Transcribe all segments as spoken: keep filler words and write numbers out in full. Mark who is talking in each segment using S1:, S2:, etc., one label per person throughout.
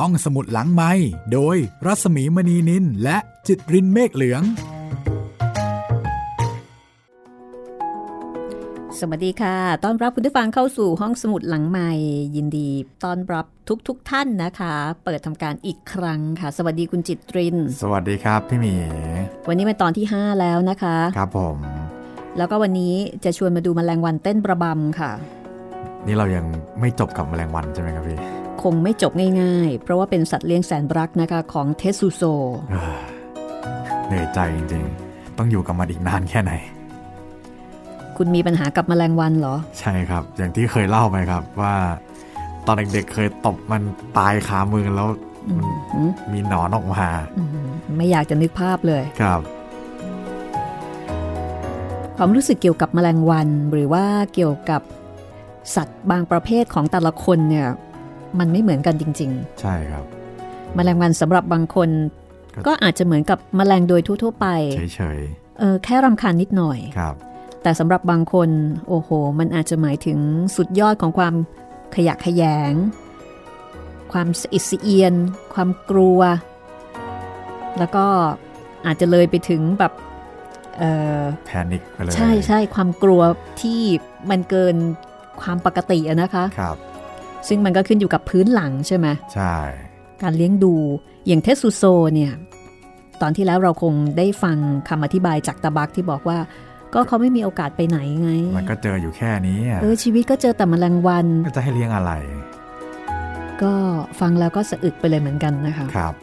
S1: ห้องสมุดหลังไมค์โดยรัศมีมณีนินและจิตรินเมฆเหลือง
S2: สวัสดีค่ะต้อนรับคุณผู้ฟังเข้าสู่ห้องสมุดหลังไมค์ยินดีต้อนรับทุกๆ ท่านนะคะเปิดทำการอีกครั้งค่ะสวัสดีคุณจิตริน
S1: สวัสดีครับพี่หมี
S2: วันนี้เป็นตอนที่ห้าแล้วนะคะ
S1: ครับผม
S2: แล้วก็วันนี้จะชวนมาดูแมลงวันเต้นประบำค่ะ
S1: นี่เรายังไม่จบกับแมลงวันใช่ไหมครับพี่
S2: คงไม่จบง่ายๆเพราะว่าเป็นสัตว์เลี้ยงแสนรักนะคะของเทสซูโซ
S1: เหนื่อยใจจริงๆต้องอยู่กับมันอีกนานแค่ไหน
S2: คุณมีปัญหากับแมลงวันเหรอ
S1: ใช่ครับอย่างที่เคยเล่าไปครับว่าตอนเด็กๆเคยตบมันตายคามือแล้วมีหนอนออกมา
S2: ไม่อยากจะนึกภาพเลย
S1: ครับ
S2: ความรู้สึกเกี่ยวกับแมลงวันหรือว่าเกี่ยวกับสัตว์บางประเภทของแต่ละคนเนี่ยมันไม่เหมือนกันจริง
S1: ๆใช่ครับ
S2: แมลงวันสำหรับบางคนก็อาจจะเหมือนกับแมลงโดยทั่วๆไป
S1: เฉย
S2: ๆเออแค่รำคาญนิดหน่อย
S1: ครับ
S2: แต่สำหรับบางคนโอ้โหมันอาจจะหมายถึงสุดยอดของความขยะแขยงความสะอิดสะเอียนความกลัวแล้วก็อาจจะเลยไปถึงแบบเอ่อ
S1: แพนิคไปเลย
S2: ใช่ใช่ความกลัวที่มันเกินความปกติอะนะคะ
S1: ครับ
S2: ซึ่งมันก็ขึ้นอยู่กับพื้นหลังใช่ไหม
S1: ใช่
S2: การเลี้ยงดูอย่างเทสซูโซเนี่ยตอนที่แล้วเราคงได้ฟังคำอธิบายจากตาบักที่บอกว่าก็เขาไม่มีโอกาสไปไหนไง
S1: มันก็เจออยู่แค่นี้
S2: เออชีวิตก็เจอแต่แมลงวัน
S1: ก็จะให้เลี้ยงอะไร
S2: ก็ฟังแล้วก็สะอึกไปเลยเหมือนกันนะคะ
S1: ครับ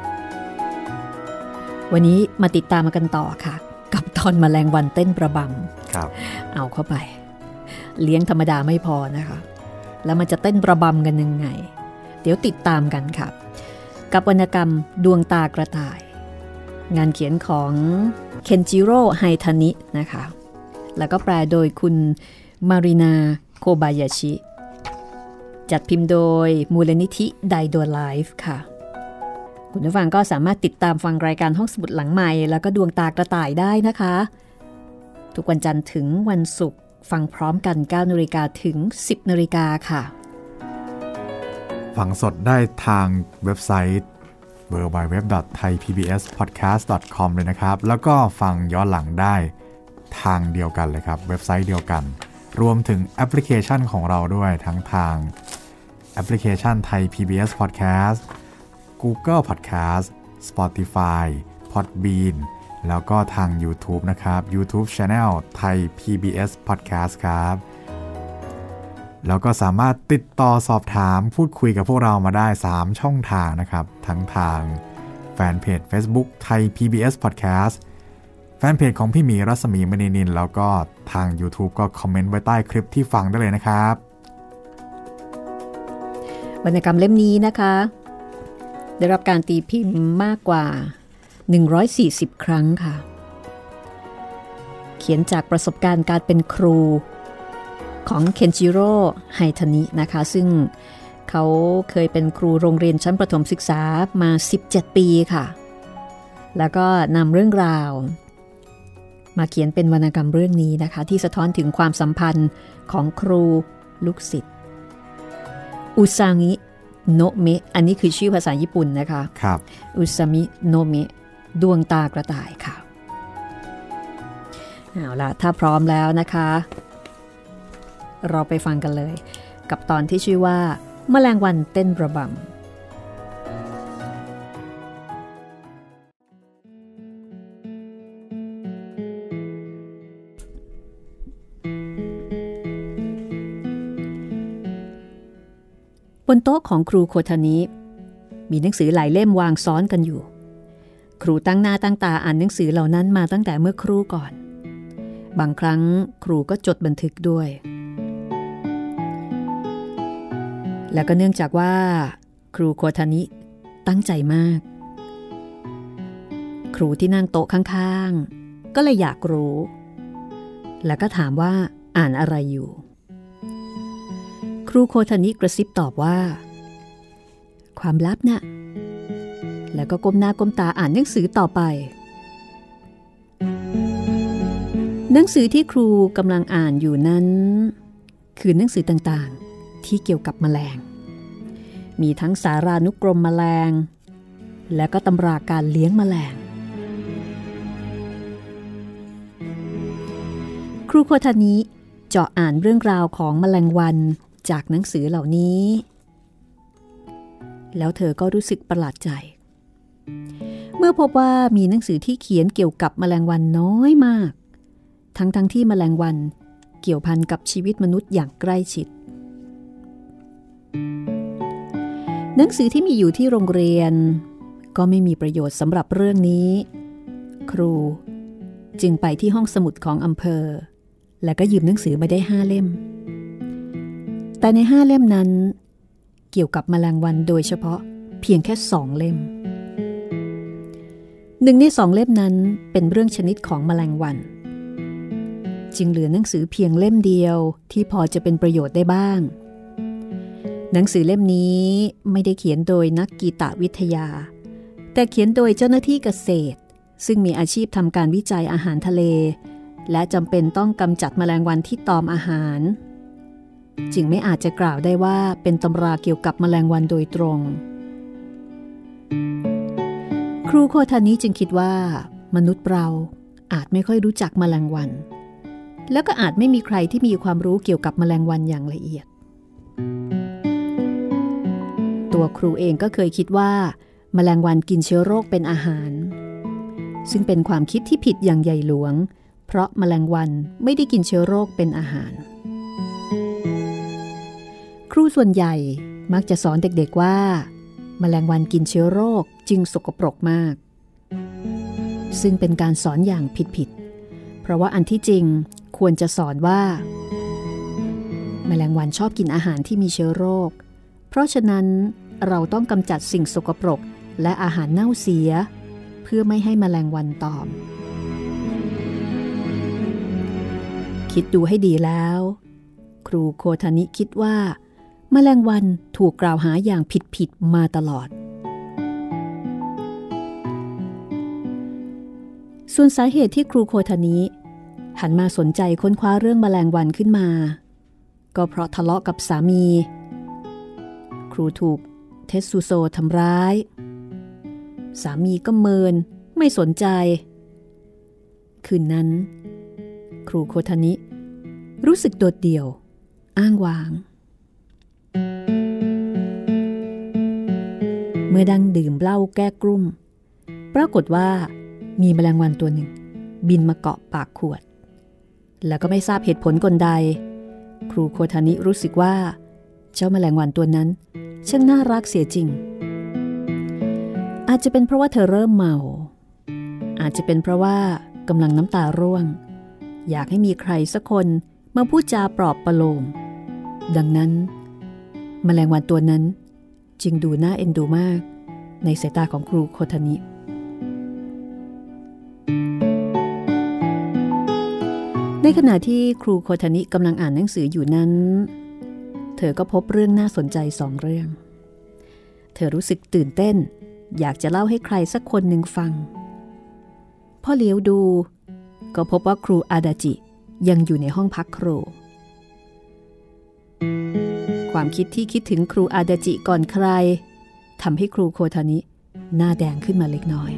S2: วันนี้มาติดตามมากันต่อค่ะกับตอนแมลงวันเต้นประบ
S1: ำครับ
S2: เอาเข้าไปเลี้ยงธรรมดาไม่พอนะคะแล้วมันจะเต้นประบำกันยังไงเดี๋ยวติดตามกันค่ะกับวรรณกรรมดวงตากระต่ายงานเขียนของเคนจิโร่ไฮทานินะคะแล้วก็แปลโดยคุณมารินาโคบายาชิจัดพิมพ์โดยมูลนิธิไดโดไลฟ์ค่ะคุณผู้ฟังก็สามารถติดตามฟังรายการห้องสมุดหลังใหม่แล้วก็ดวงตากระต่ายได้นะคะทุกวันจันทร์ถึงวันศุกร์ฟังพร้อมกัน เก้านาฬิกา ถึง สิบนาฬิกาค่ะ
S1: ฟังสดได้ทางเว็บไซต์ ดับเบิลยู ดับเบิลยู ดับเบิลยู ดอท ไทย พี บี เอส พอดแคสต์ ดอท คอม เลยนะครับแล้วก็ฟังย้อนหลังได้ทางเดียวกันเลยครับเว็บไซต์เดียวกันรวมถึงแอปพลิเคชันของเราด้วยทั้งทางแอปพลิเคชันไทย พี บี เอส Podcast Google Podcast Spotify Podbean แล้วก็ทาง YouTube นะครับ YouTube Channel ไทย พี บี เอส Podcast ครับแล้วก็สามารถติดต่อสอบถามพูดคุยกับพวกเรามาได้สามช่องทางนะครับทั้งทางแฟนเพจ Facebook ไทย พี บี เอส Podcast แฟนเพจของพี่หมีรัศมีมณีนินแล้วก็ทาง YouTube ก็คอมเมนต์ไว้ใต้คลิปที่ฟังได้เลยนะครับ
S2: วรรณกรรมเล่มนี้นะคะได้รับการตีพิมพ์มากกว่าหนึ่งร้อยสี่สิบครั้งค่ะเขียนจากประสบการณ์การเป็นครูของเคนจิโร่ไฮทานินะคะซึ่งเขาเคยเป็นครูโรงเรียนชั้นประถมศึกษามาสิบเจ็ดปีค่ะแล้วก็นำเรื่องราวมาเขียนเป็นวรรณกรรมเรื่องนี้นะคะที่สะท้อนถึงความสัมพันธ์ของครูลูกศิษย์อุซางิโนะเมะอันนี้คือชื่อภาษาญี่ปุ่นนะคะ
S1: ครับ
S2: อุซามิโนะเมะดวงตากระต่ายค่ะเอาล่ะถ้าพร้อมแล้วนะคะเราไปฟังกันเลยกับตอนที่ชื่อว่าแมลงวันเต้นระบำบนโต๊ะของครูโคทานิมีหนังสือหลายเล่มวางซ้อนกันอยู่ครูตั้งหน้าตั้งตาอ่านหนังสือเหล่านั้นมาตั้งแต่เมื่อครู่ก่อนบางครั้งครูก็จดบันทึกด้วยแล้วก็เนื่องจากว่าครูโคทานิตั้งใจมากครูที่นั่งโต๊ะข้างๆก็เลยอยากรู้แล้วก็ถามว่าอ่านอะไรอยู่ครูโคทานิกระซิบตอบว่าความลับน่ะแล้วก็ก้มหน้าก้มตาอ่านหนังสือต่อไปหนังสือที่ครูกำลังอ่านอยู่นั้นคือหนังสือต่างๆที่เกี่ยวกับแมลงมีทั้งสารานุกรมแมลงและก็ตำราการเลี้ยงแมลงครูโคทานิเจาะอ่านเรื่องราวของแมลงวันจากหนังสือเหล่านี้แล้วเธอก็รู้สึกประหลาดใจเมื่อพบว่ามีหนังสือที่เขียนเกี่ยวกับแมลงวันน้อยมากทั้งทั้งที่แมลงวันเกี่ยวพันกับชีวิตมนุษย์อย่างใกล้ชิดหนังสือที่มีอยู่ที่โรงเรียนก็ไม่มีประโยชน์สำหรับเรื่องนี้ครูจึงไปที่ห้องสมุดของอำเภอและก็ยืมหนังสือมาได้ห้าเล่มแต่ในห้าเล่มนั้นเกี่ยวกับแมลงวันโดยเฉพาะเพียงแค่สองเล่มหนึ่งในสองเล่มนั้นเป็นเรื่องชนิดของแมลงวันจึงเหลือหนังสือเพียงเล่มเดียวที่พอจะเป็นประโยชน์ได้บ้างหนังสือเล่มนี้ไม่ได้เขียนโดยนักกีตวิทยาแต่เขียนโดยเจ้าหน้าที่เกษตรซึ่งมีอาชีพทำการวิจัยอาหารทะเลและจำเป็นต้องกำจัดแมลงวันที่ตอมอาหารจึงไม่อาจจะกล่าวได้ว่าเป็นตำราเกี่ยวกับแมลงวันโดยตรงครูโคทานิจึงคิดว่ามนุษย์เราอาจไม่ค่อยรู้จักแมลงวันแล้วก็อาจไม่มีใครที่มีความรู้เกี่ยวกับแมลงวันอย่างละเอียดตัวครูเองก็เคยคิดว่าแมลงวันกินเชื้อโรคเป็นอาหารซึ่งเป็นความคิดที่ผิดอย่างใหญ่หลวงเพราะแมลงวันไม่ได้กินเชื้อโรคเป็นอาหารครูส่วนใหญ่มักจะสอนเด็กๆว่าแมลงวันกินเชื้อโรคจึงสกปรกมากซึ่งเป็นการสอนอย่างผิดๆเพราะว่าอันที่จริงควรจะสอนว่าแมลงวันชอบกินอาหารที่มีเชื้อโรคเพราะฉะนั้นเราต้องกำจัดสิ่งสกปรกและอาหารเน่าเสียเพื่อไม่ให้แมลงวันตอมคิดดูให้ดีแล้วครูโคทานิคิดว่าแมลงวันถูกกล่าวหาอย่างผิดๆมาตลอดส่วนสาเหตุที่ครูโคทานิหันมาสนใจค้นคว้าเรื่องแมลงวันขึ้นมาก็เพราะทะเลาะกับสามีครูถูกเทสซูโซทำร้ายสามีก็เมินไม่สนใจคืนนั้นครูโคทานิรู้สึกโดดเดี่ยวอ้างว้างเมื่อดังดื่มเหล้าแก้กลุ้มปรากฏว่ามีแมลงวันตัวหนึ่งบินมาเกาะปากขวดแล้วก็ไม่ทราบเหตุผลกลใดครูโคทานิรู้สึกว่าเจ้าแมลงวันตัวนั้นช่างน่ารักเสียจริงอาจจะเป็นเพราะว่าเธอเริ่มเมาอาจจะเป็นเพราะว่ากำลังน้ำตาร่วงอยากให้มีใครสักคนมาพูดจาปลอบประโลมดังนั้นแมลงวันตัวนั้นจึงดูน่าเอ็นดูมากในสายตาของครูโคทานิในขณะที่ครูโคทานิกำลังอ่านหนังสืออยู่นั้นเธอก็พบเรื่องน่าสนใจสองเรื่องเธอรู้สึกตื่นเต้นอยากจะเล่าให้ใครสักคนหนึ่งฟังพอเลี้ยวดูก็พบว่าครูอาดาจิยังอยู่ในห้องพักครูความคิดที่คิดถึงครูอาดาจิก่อนใครทำให้ครูโคทานิหน้าแดงขึ้นมาเล็กน้อย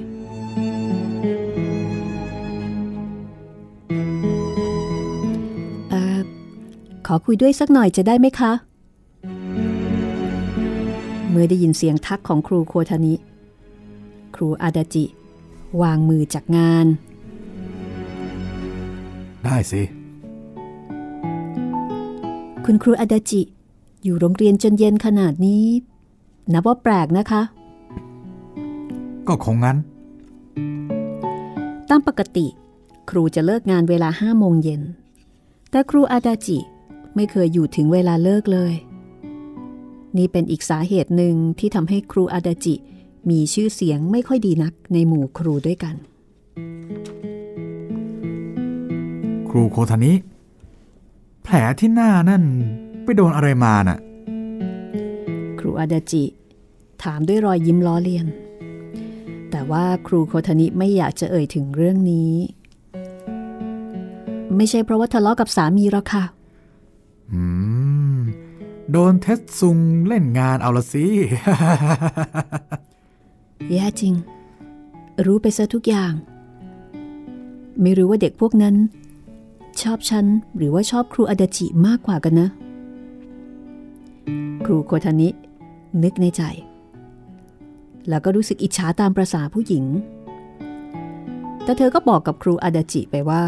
S2: เอ่อขอคุยด้วยสักหน่อยจะได้ไหมคะเมื่อได้ยินเสียงทักของครูโคทานิครูอาดาจิวางมือจากงาน
S1: ได้สิ
S2: คุณครูอาดาจิอยู่โรงเรียนจนเย็นขนาดนี้นับว่าแปลกนะคะ
S1: ก็คงงั้น
S2: ตามปกติครูจะเลิกงานเวลาห้าโมงเย็นแต่ครูอาดาจิไม่เคยอยู่ถึงเวลาเลิกเลยนี่เป็นอีกสาเหตุหนึ่งที่ทำให้ครูอาดาจิมีชื่อเสียงไม่ค่อยดีนักในหมู่ครูด้วยกัน
S1: ครูโคทานิแผลที่หน้านั่นไปโดนอะไรมาน่ะ
S2: ครูอาดาจิถามด้วยรอยยิ้มล้อเลียนแต่ว่าครูโคทานิไม่อยากจะเอ่ยถึงเรื่องนี้ไม่ใช่เพราะว่าทะเลาะกับสามีหรอกค่ะ
S1: อืมโดนเทสซุงเล่นงานเอาละสิ
S2: แย่จริงรู้ไปซะทุกอย่างไม่รู้ว่าเด็กพวกนั้นชอบฉันหรือว่าชอบครูอาดาจิมากกว่ากันนะครูโคทานินึกในใจแล้วก็รู้สึกอิจฉาตามประสาผู้หญิงแต่เธอก็บอกกับครูอาดาจิไปว่า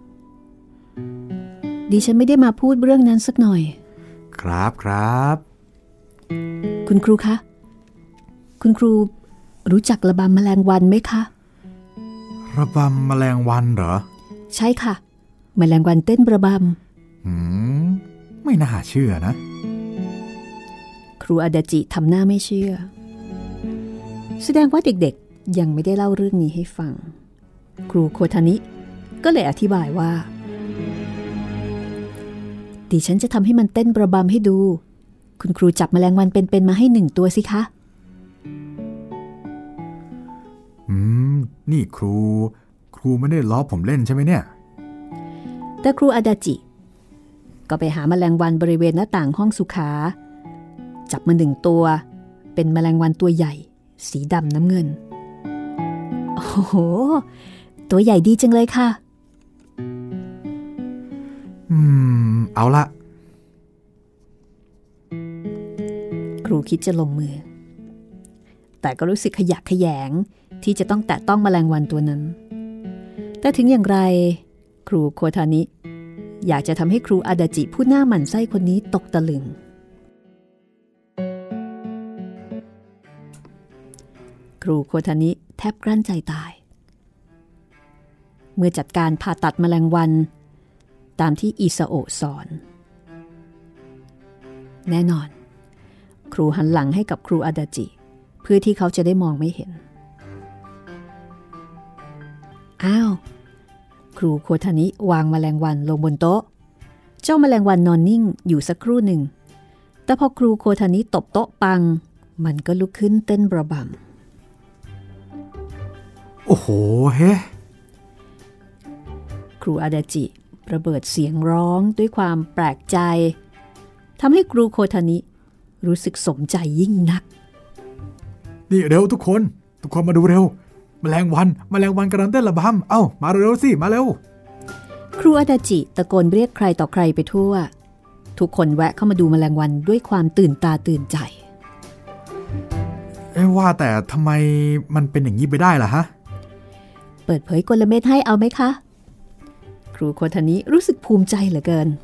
S2: ดิฉันไม่ได้มาพูดเรื่องนั้นสักหน่อย
S1: ครับครับ
S2: คุณครูคะคุณครูรู้จักระบำแมลงวันไหมคะ
S1: ระบำแมลงวันเหรอ
S2: ใช่ค่ะแมลงวันเต้นระบ
S1: ำหืมไม่น่าเชื่อนะ
S2: ครูอาดาจิทำหน้าไม่เชื่อแสดงว่าเด็กๆยังไม่ได้เล่าเรื่องนี้ให้ฟังครูโคทานิก็เลยอธิบายว่าดิฉันจะทำให้มันเต้นระบำให้ดูคุณครูจับแมลงวันเป็นๆมาให้หนึ่งตัวสิคะ
S1: อืมนี่ครูครูไม่ได้ล้อผมเล่นใช่ไหมเนี่ย
S2: แต่ครูอาดาจิก็ไปหาแมลงวันบริเวณหน้าต่างห้องสุขาจับมาหนึ่งตัวเป็นแมลงวันตัวใหญ่สีดำน้ำเงินโอ้โหตัวใหญ่ดีจังเลยค่ะ
S1: อืมเอาละ
S2: ครูคิดจะลงมือแต่ก็รู้สึกขยะแขยงที่จะต้องแตะต้องแมลงวันตัวนั้นแต่ถึงอย่างไรครูโคทานิอยากจะทำให้ครูอาดาจิผู้หน้าหมั่นไส้คนนี้ตกตะลึงครูโคทานิแทบกลั้นใจตายเมื่อจัดการผ่าตัดแมลงวันตามที่อิซาโอะสอนแน่นอนครูหันหลังให้กับครูอาดาจิเพื่อที่เขาจะได้มองไม่เห็นอ้าวครูโคทานิวางแมลงวันลงบนโต๊ะเจ้าแมลงวันนอนนิ่งอยู่สักครู่หนึ่งแต่พอครูโคทานิตบโต๊ะปังมันก็ลุกขึ้นเต้นระบ
S1: ำโอ้โหเฮ้
S2: ครูอาดาจิระเบิดเสียงร้องด้วยความแปลกใจทำให้ครูโคทานิรู้สึกสมใจยิ่งนัก
S1: นี่เร็วทุกคนทุกคนมาดูเร็วแมลงวันแมลงวันกำลังเต้นระบำเอ้ามาเร็วสิมาเร็ว
S2: ครูอาดาจิตะโกนเรียกใครต่อใครไปทั่วทุกคนแวะเข้ามาดูแมลงวันด้วยความตื่นตาตื่นใจ
S1: เอ๊ะว่าแต่ทำไมมันเป็นอย่างนี้ไปได้ล่ะฮะ
S2: เปิดเผยกลเม็ดให้เอาไหมคะครูโคทานิรู้สึกภูมิใจเหลือเกิน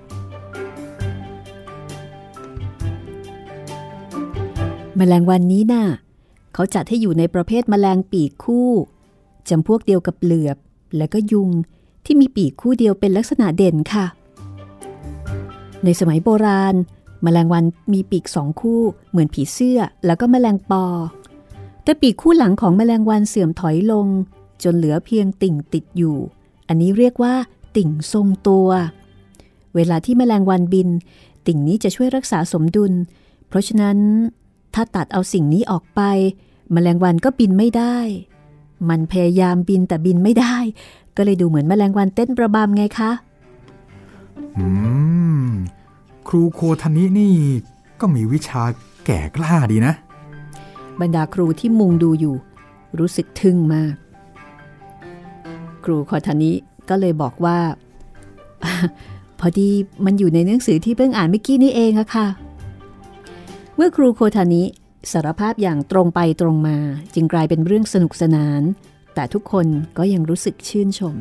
S2: แมลงวันนี้น่ะเขาจัดให้อยู่ในประเภทแมลงปีกคู่จำพวกเดียวกับเหลือบและก็ยุงที่มีปีกคู่เดียวเป็นลักษณะเด่นค่ะในสมัยโบราณแมลงวันมีปีกสองคู่เหมือนผีเสื้อแล้วก็แมลงปอแต่ปีกคู่หลังของแมลงวันเสื่อมถอยลงจนเหลือเพียงติ่งติดอยู่อันนี้เรียกว่าติ่งทรงตัวเวลาที่แมลงวันบินติ่งนี้จะช่วยรักษาสมดุลเพราะฉะนั้นถ้าตัดเอาสิ่งนี้ออกไปแมลงวันก็บินไม่ได้มันพยายามบินแต่บินไม่ได้ก็เลยดูเหมือนแมลงวันเต้นระบำไงคะ
S1: อืมครูโคทานินี่ก็มีวิชาแก่กล้าดีนะ
S2: บรรดาครูที่มุงดูอยู่รู้สึกทึ่งมากครูโคทานิก็เลยบอกว่าพอดีมันอยู่ในหนังสือที่เพิ่งอ่านเมื่อกี้นี่เองอะค่ะเมื่อครูโคทานิสารภาพอย่างตรงไปตรงมาจึงกลายเป็นเรื่องสนุกสนานแต่ทุกคนก็ยังรู้สึกชื่นชม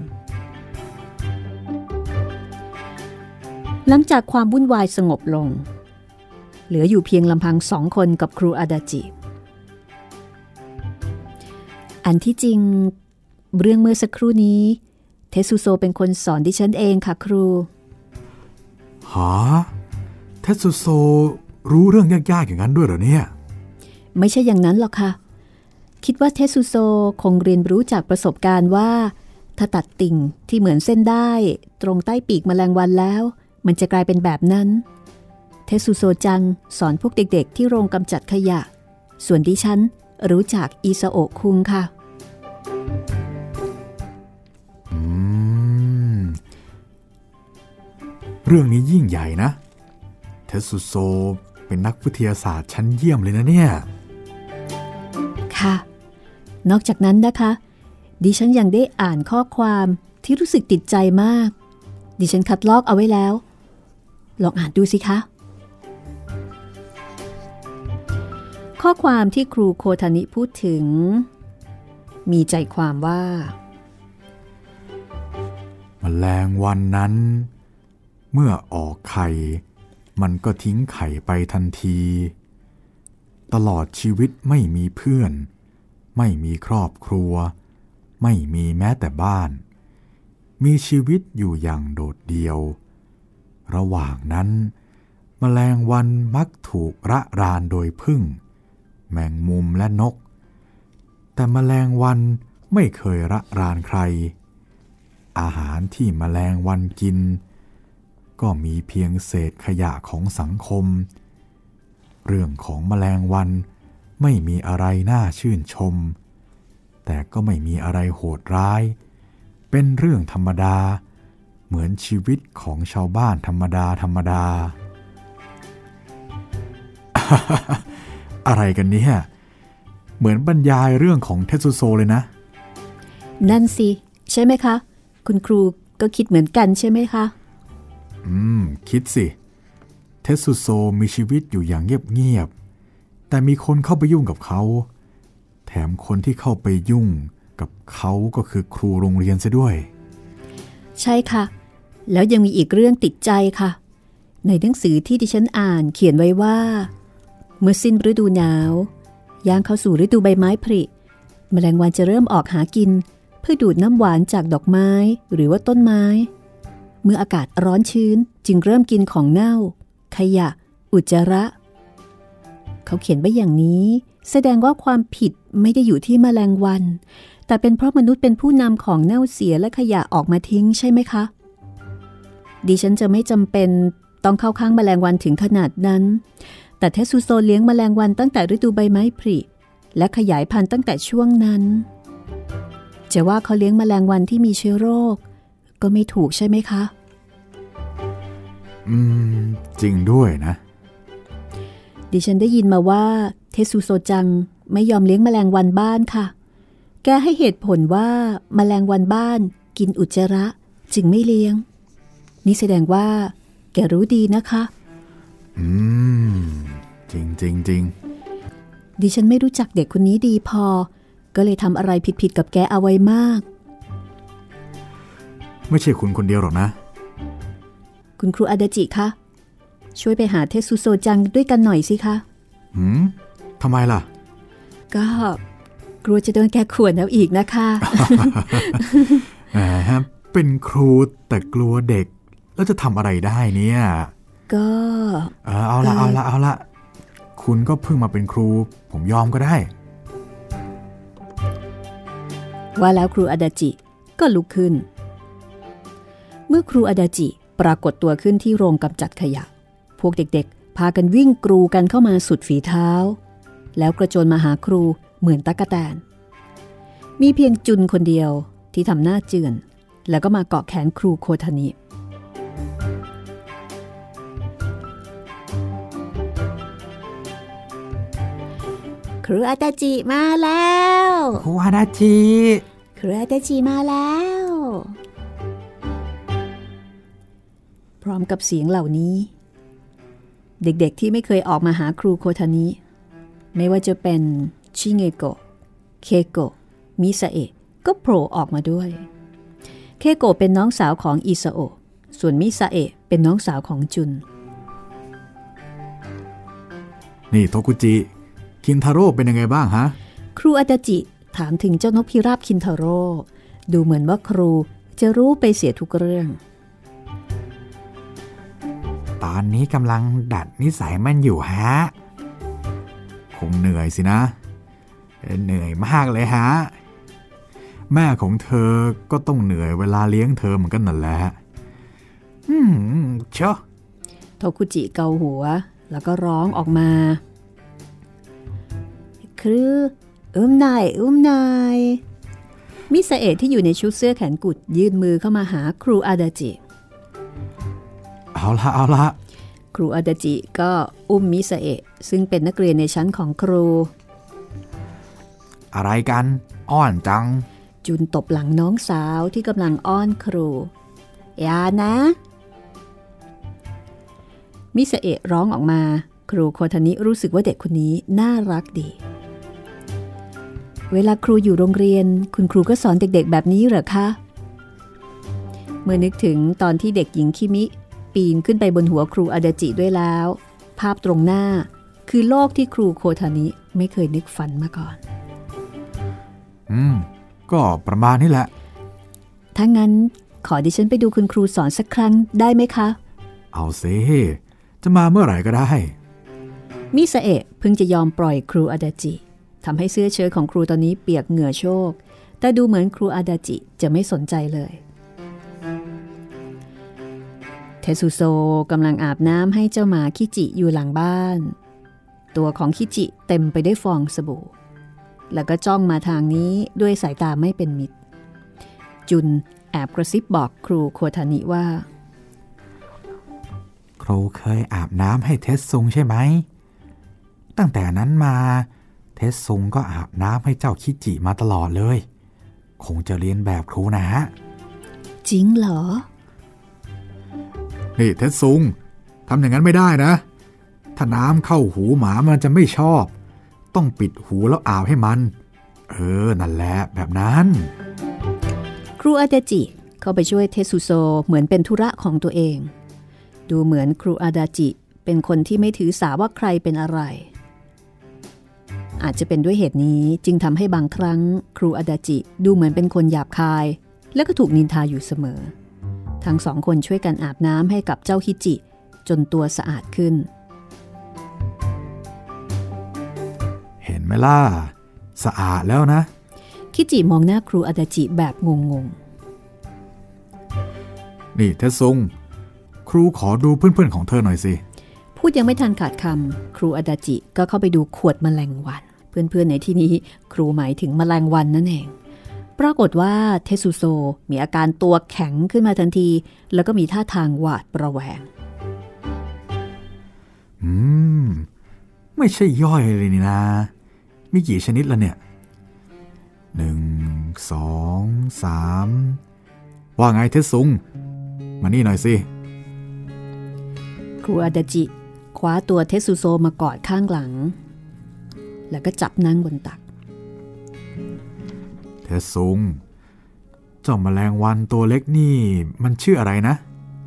S2: หลังจากความวุ่นวายสงบลงเหลืออยู่เพียงลำพังสองคนกับครูอาดาจิอันที่จริงเรื่องเมื่อสักครู่นี้เทสุโซเป็นคนสอนดิฉันเองค่ะครู
S1: หาเทสุโซรู้เรื่องยากๆอย่างนั้นด้วยเหรอเนี่ย
S2: ไม่ใช่อย่างนั้นหรอกค่ะคิดว่าเทสุโซคงเรียนรู้จากประสบการณ์ว่าถ้าตัดติ่งที่เหมือนเส้นได้ตรงใต้ปีกแมลงวันแล้วมันจะกลายเป็นแบบนั้นเทสุโซจังสอนพวกเด็กๆที่โรงกำจัดขยะส่วนดิฉันรู้จักอิซาโอะคุงค่ะ
S1: อืมเรื่องนี้ยิ่งใหญ่นะเทสุโซเป็นนักวิทยาศาสตร์ชั้นเยี่ยมเลยนะเนี่ย
S2: ค่ะนอกจากนั้นนะคะดิฉันยังได้อ่านข้อความที่รู้สึกติดใจมากดิฉันคัดลอกเอาไว้แล้วลองอ่านดูสิคะข้อความที่ครูโคทานิพูดถึงมีใจความว่า
S1: แมลงวันนั้นเมื่อออกไข่มันก็ทิ้งไข่ไปทันทีตลอดชีวิตไม่มีเพื่อนไม่มีครอบครัวไม่มีแม้แต่บ้านมีชีวิตอยู่อย่างโดดเดี่ยวระหว่างนั้นแมลงวันมักถูกระรานโดยผึ้งแมงมุมและนกแต่แมลงวันไม่เคยระรานใครอาหารที่แมลงวันกินก็มีเพียงเศษขยะของสังคมเรื่องของแมลงวันไม่มีอะไรน่าชื่นชมแต่ก็ไม่มีอะไรโหดร้ายเป็นเรื่องธรรมดาเหมือนชีวิตของชาวบ้านธรรมดาธรรมดา อะไรกันเนี่ยเหมือนบรรยายเรื่องของเทสุโซเลยนะ
S2: นั่นสิใช่ไหมคะคุณครูก็คิดเหมือนกันใช่ไหมคะ
S1: อืมคิดสิเทสุโซมีชีวิตอยู่อย่างเงียบๆแต่มีคนเข้าไปยุ่งกับเขาแถมคนที่เข้าไปยุ่งกับเขาก็คือครูโรงเรียนซะด้วย
S2: ใช่ค่ะแล้วยังมีอีกเรื่องติดใจค่ะในหนังสือที่ดิฉันอ่านเขียนไว้ว่าเมื่อสิ้นฤดูหนาวย่างเข้าสู่ฤดูใบไม้ผลิแมลงวันจะเริ่มออกหากินเพื่อดูดน้ำหวานจากดอกไม้หรือว่าต้นไม้เมื่ออากาศร้อนชื้นจึงเริ่มกินของเน่าขยะอุจจาระเขาเขียนไว้อย่างนี้แสดงว่าความผิดไม่ได้อยู่ที่แมลงวันแต่เป็นเพราะมนุษย์เป็นผู้นำของเน่าเสียและขยะออกมาทิ้งใช่ไหมคะดิฉันจะไม่จำเป็นต้องเข้าข้างแมลงวันถึงขนาดนั้นแต่เทสุโซเลี้ยงแมลงวันตั้งแต่ฤดูใบไม้ผลิและขยายพันธุ์ตั้งแต่ช่วงนั้นจะว่าเขาเลี้ยงแมลงวันที่มีเชื้อโรคก็ไม่ถูกใช่ไหมคะ
S1: อืมจริงด้วยนะ
S2: ดิฉันได้ยินมาว่าเทสุโซจังไม่ยอมเลี้ยงแมลงวันบ้านค่ะแกให้เหตุผลว่าแมลงวันบ้านกินอุจจาระจึงไม่เลี้ยงนี่แสดงว่าแกรู้ดีนะคะ
S1: อืมจริงจริงจริง
S2: ดิฉันไม่รู้จักเด็กคนนี้ดีพอก็เลยทำอะไรผิดๆกับแกเอาไว้มาก
S1: ไม่ใช่คุณคนเดียวหรอกนะ
S2: คุณครูอาดาจิคะช่วยไปหาเทสุโซจังด้วยกันหน่อยสิคะ
S1: หืมทำไมล่ะ
S2: ก็กลัวจะโดนแกข่วนเอาอีกนะคะ
S1: แหมเป็นครูแต่กลัวเด็กแล้วจะทำอะไรได้เนี่ย
S2: ก็
S1: เออเอาละเอาละเอาละคุณก็เพิ่งมาเป็นครูผมยอมก็ได้
S2: ว่าแล้วครูอาดาจิก็ลุกขึ้นเมื่อครูอาดาจิปรากฏตัวขึ้นที่โรงกำจัดขยะพวกเด็กๆพากันวิ่งกรูกันเข้ามาสุดฝีเท้าแล้วกระโจนมาหาครูเหมือนตั๊กแตนมีเพียงจุนคนเดียวที่ทำหน้าเจือนแล้วก็มาเกาะแขนครูโคทานิครูอาดาจิมาแล้ว
S1: ครูอาดาจิ
S2: ครูอาดาจิมาแล้วพร้อมกับเสียงเหล่านี้เด็กๆที่ไม่เคยออกมาหาครูโคทานิไม่ว่าจะเป็นชิเงโกะเคโกะมิซาเอะก็โผล่ออกมาด้วยเคโกะเป็นน้องสาวของอิซาโอะส่วนมิซาเอะเป็นน้องสาวของจุน
S1: นี่โทกุจิคินทาโร่เป็นยังไงบ้างฮะ
S2: ครูอาดาจิถามถึงเจ้านกพิราบคินทาโร่ดูเหมือนว่าครูจะรู้ไปเสียทุกเรื่อง
S1: ตอนนี้กำลังดัดนิสัยมันอยู่ฮะคงเหนื่อยสินะเหนื่อยมากเลยฮะแม่ของเธอก็ต้องเหนื่อยเวลาเลี้ยงเธอเหมือนกันนั่นแหละอืมเชอะ
S2: โทคุจิเกาหัวแล้วก็ร้องออกมาคืออุ้มนายอุ้มนายมิซาเอะที่อยู่ในชุดเสื้อแขนกุดยื่นมือเข้ามาหาครูอาดาจิ
S1: เอาละเอาละ
S2: ครูอาดาจิก็อุ้มมิซาเอะซึ่งเป็นนักเรียนในชั้นของครู
S1: อะไรกันอ้อนจัง
S2: จุนตบหลังน้องสาวที่กำลังอ้อนครูอย่านะมิซาเอะร้องออกมาครูโคทานิรู้สึกว่าเด็กคนนี้น่ารักดีเวลาครูอยู่โรงเรียนคุณครูก็สอนเด็กๆแบบนี้เหรอคะเมื่อนึกถึงตอนที่เด็กหญิงคิมิปีนขึ้นไปบนหัวครูอาดาจิด้วยแล้วภาพตรงหน้าคือโลกที่ครูโคทานิไม่เคยนึกฝันมาก่อน
S1: อืมก็ประมาณนี้แหละ
S2: ถ้างั้นขอดิฉันไปดูคุณครูสอนสักครั้งได้ไหมคะ
S1: เอาซิจะมาเมื่อไหร่ก็ได้
S2: มิซาเอะเพิ่งจะยอมปล่อยครูอาดาจิทำให้เสื้อเชิ้ตของครูตอนนี้เปียกเหงื่อโชกแต่ดูเหมือนครูอาดาจิจะไม่สนใจเลยเทซุโซกำลังอาบน้ำให้เจ้าหมาคิจิอยู่หลังบ้านตัวของคิจิเต็มไปด้วยฟองสบู่แล้วก็จ้องมาทางนี้ด้วยสายตาไม่เป็นมิตรจุนแอบกระซิบบอกครูโคทานิว่า
S1: ครูเคยอาบน้ำให้เทสซุงใช่ไหมตั้งแต่นั้นมาเทสซุงก็อาบน้ำให้เจ้าคิจิมาตลอดเลยคงจะเรียนแบบครูนะ
S2: จริงเหรอ
S1: นี่เทสซุงทำอย่างนั้นไม่ได้นะถ้าน้ำเข้าหูหมามันจะไม่ชอบต้องปิดหูแล้วอาบให้มันเออนั่นแหละแบบนั้น
S2: ครูอาดาจิเข้าไปช่วยเทซุโซเหมือนเป็นธุระของตัวเองดูเหมือนครูอาดาจิเป็นคนที่ไม่ถือสาว่าใครเป็นอะไรอาจจะเป็นด้วยเหตุนี้จึงทำให้บางครั้งครูอาดาจิดูเหมือนเป็นคนหยาบคายและก็ถูกนินทาอยู่เสมอทั้งสองคนช่วยกันอาบน้ำให้กับเจ้าคิจิจนตัวสะอาดขึ้น
S1: เห็นไหมล่ะสะอาดแล้วนะ
S2: คิจิมองหน้าครูอาดาจิแบบงง
S1: ๆนี่เทซุงครูขอดูเพื่อนๆของเธอหน่อยสิ
S2: พูดยังไม่ทันขาดคำครูอาดาจิก็เข้าไปดูขวดแมลงวันเพื่อนๆในที่นี้ครูหมายถึงแมลงวันนั่นเองปรากฏว่าเทซุโซมีอาการตัวแข็งขึ้นมาทันทีแล้วก็มีท่าทางหวาดระแวง
S1: อืมไม่ใช่ย่อยเลยนี่นะมีกี่ชนิดละเนี่ยหนึ่งสองสามว่าไงเทซุงมานี่หน่อยสิ
S2: ครูอาดาจิคว้าตัวเทซุโซมากอดข้างหลังแล้วก็จับนั่งบนตัก
S1: เทซุงเจ้าแมลงวันตัวเล็กนี่มันชื่ออะไรนะ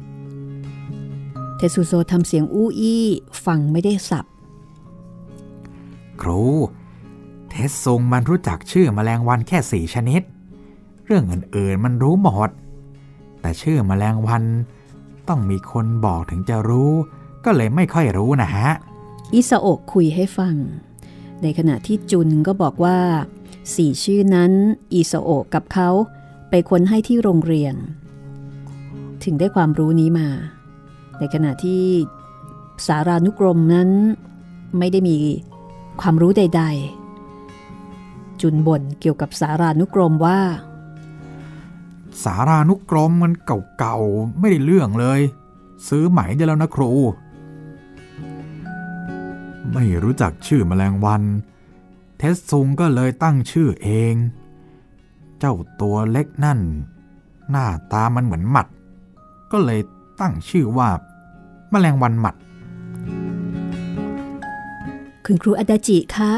S2: เทซุโซทำเสียงอู้อี้ฟังไม่ได้สับ
S1: ครูเทซุงมันรู้จักชื่อแมลงวันแค่สี่ชนิดเรื่องอื่นๆมันรู้หมดแต่ชื่อแมลงวันต้องมีคนบอกถึงจะรู้ก็เลยไม่ค่อยรู้นะฮะ
S2: อิซาโอะคุยให้ฟังในขณะที่จุนก็บอกว่าสี่ชื่อนั้นอิซาโอะกับเขาไปค้นให้ที่โรงเรียนถึงได้ความรู้นี้มาในขณะที่สารานุกรมนั้นไม่ได้มีความรู้ใดๆจุนบ่นเกี่ยวกับสารานุกรมว่า
S1: สารานุกรมมันเก่าๆไม่ได้เรื่องเลยซื้อใหม่ได้แล้วนะครูไม่รู้จักชื่อแมลงวันเทสซุงก็เลยตั้งชื่อเองเจ้าตัวเล็กนั่นหน้าตามันเหมือนหมัดก็เลยตั้งชื่อว่าแมลงวันหมัด
S2: คุณครูอาดาจิคะ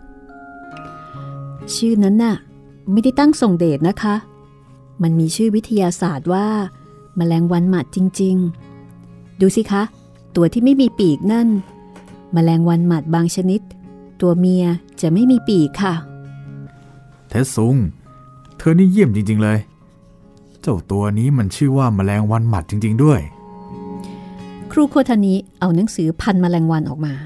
S2: ชื่อนั้นน่ะไม่ได้ตั้งส่งเดชนะคะมันมีชื่อวิทยาศาสตร์ว่าแมลงวันหมัดจริงๆดูสิคะตัวที่ไม่มีปีกนั่นแมลงวันหมัดบางชนิดตัวเมียจะไม่มีปีกค่ะ
S1: เทซุงเธอนี่เยี่ยมจริงๆเลยเจ้าตัวนี้มันชื่อว่าแมลงวันหมัดจริงๆด้วย
S2: ครูโคทานิเอาหนังสือพันแมลงวันออกมา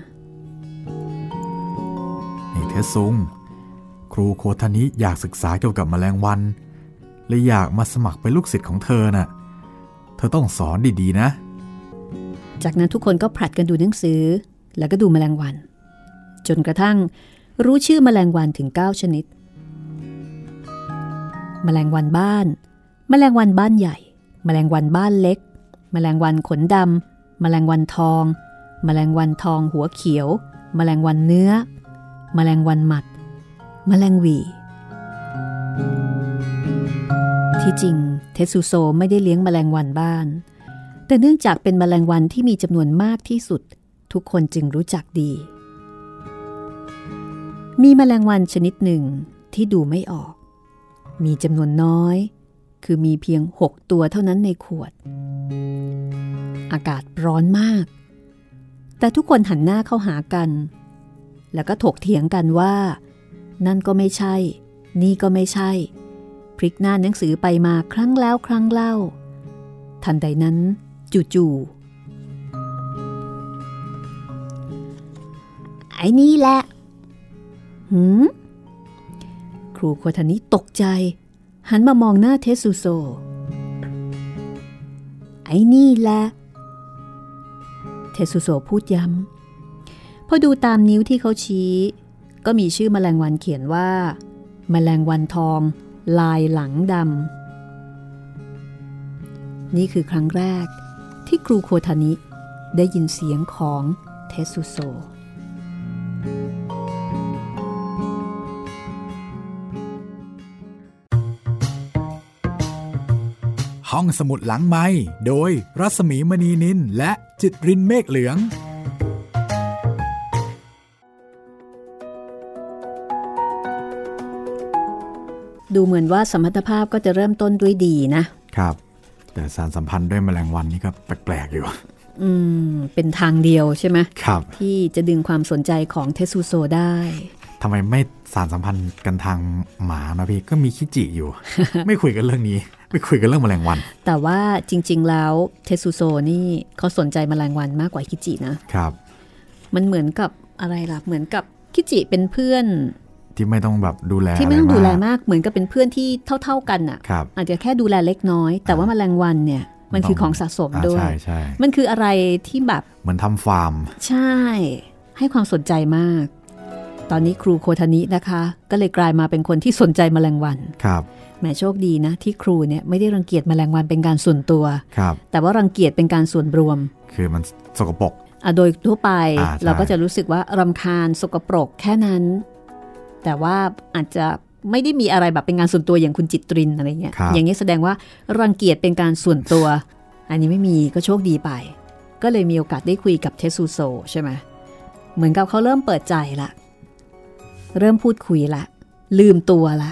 S1: นี่เทซุงครูโคทานิอยากศึกษาเกี่ยวกับแมลงวันเลยอยากมาสมัครเป็นลูกศิษย์ของเธอน่ะเธอต้องสอนดีๆนะ
S2: จากนั้นทุกคนก็ผลัดกันดูหนังสือแล้วก็ดูแมลงวันจนกระทั่งรู้ชื่อแมลงวันถึงเก้าชนิดแมลงวันบ้านแมลงวันบ้านใหญ่แมลงวันบ้านเล็กแมลงวันขนดำแมลงวันทองแมลงวันทองหัวเขียวแมลงวันเนื้อแมลงวันหมัดแมลงหวี่ที่จริงเทตซูโซไม่ได้เลี้ยงแมลงวันบ้านแต่เนื่องจากเป็นแมลงวันที่มีจำนวนมากที่สุดทุกคนจึงรู้จักดีมีแมลงวันชนิดหนึ่งที่ดูไม่ออกมีจำนวนน้อยคือมีเพียงหกตัวเท่านั้นในขวดอากาศร้อนมากแต่ทุกคนหันหน้าเข้าหากันแล้วก็ถกเถียงกันว่านั่นก็ไม่ใช่นี่ก็ไม่ใช่พลิกหน้าหนังสือไปมาครั้งแล้วครั้งเล่าทันใดนั้นจู่ๆไอ้นี่แหละหืมครูโคทานิตกใจหันมามองหน้าเทสุโซไอ้นี่แหละเทสุโซพูดย้ำพอดูตามนิ้วที่เขาชี้ก็มีชื่อแมลงวันเขียนว่าแมลงวันทองลายหลังดำนี่คือครั้งแรกที่ครูโคทานิได้ยินเสียงของเทสุโซ
S1: ห้องสมุดหลังไมค์โดยรัศมีมณีนินและจิตรินเมฆเหลือง
S2: ดูเหมือนว่าสมรรถภาพก็จะเริ่มต้นด้วยดีนะครับ
S1: แต่สารสัมพันธ์ด้วยแมลงวันนี่ก็แปลกๆอยู่
S2: อืมเป็นทางเดียวใช่ไหม
S1: ครับ
S2: ที่จะดึงความสนใจของเทสุโซได้
S1: ทำไมไม่สารสัมพันธ์กันทางหมานะพี่ก็มีคิจิอยู่ ไม่คุยกันเรื่องนี้ไม่คุยกันเรื่องแมลงวัน
S2: แต่ว่าจริงๆแล้วเทสุโซนี่เขาสนใจแมลงวันมากกว่าคิจินะครับมันเหมือนกับอะไรล่ะเหมือนกับคิจิเป็นเพื่อน
S1: ที่ไม่ต้องแบบดูแล
S2: ที่ไม่ต้องดูแลมากเหมือนกับเป็นเพื่อนที่เท่าๆกันอ่ะอาจจะแค่ดูแลเล็กน้อยแต่ว่าแมลงวันเนี่ยมันคือของสะสมด้วยมันคืออะไรที่แบบ
S1: เหมือนทำฟาร์ม
S2: ใช่ให้ความสนใจมากตอนนี้ครูโคทานินะคะก็เลยกลายมาเป็นคนที่สนใจแมลงวัน
S1: ครับ
S2: แหมโชคดีนะที่ครูเนี่ยไม่ได้รังเกียจแมลงวันเป็นการส่วนตัว
S1: ครับ
S2: แต่ว่ารังเกียจเป็นการส่วนรวม
S1: คือมันสกปรก
S2: อ่ะโดยทั่วไปเราก็จะรู้สึกว่ารำคาญสกปรกแค่นั้นแต่ว่าอาจจะไม่ได้มีอะไรแบบเป็นงานส่วนตัวอย่างคุณจิตรินอะไรเงี้ยอย่างนี้แสดงว่ารังเกียจเป็นการส่วนตัวอันนี้ไม่มีก็โชคดีไปก็เลยมีโอกาสได้คุยกับเทสุโซใช่ไหมเหมือนกับเขาเริ่มเปิดใจละเริ่มพูดคุยละลืมตัวละ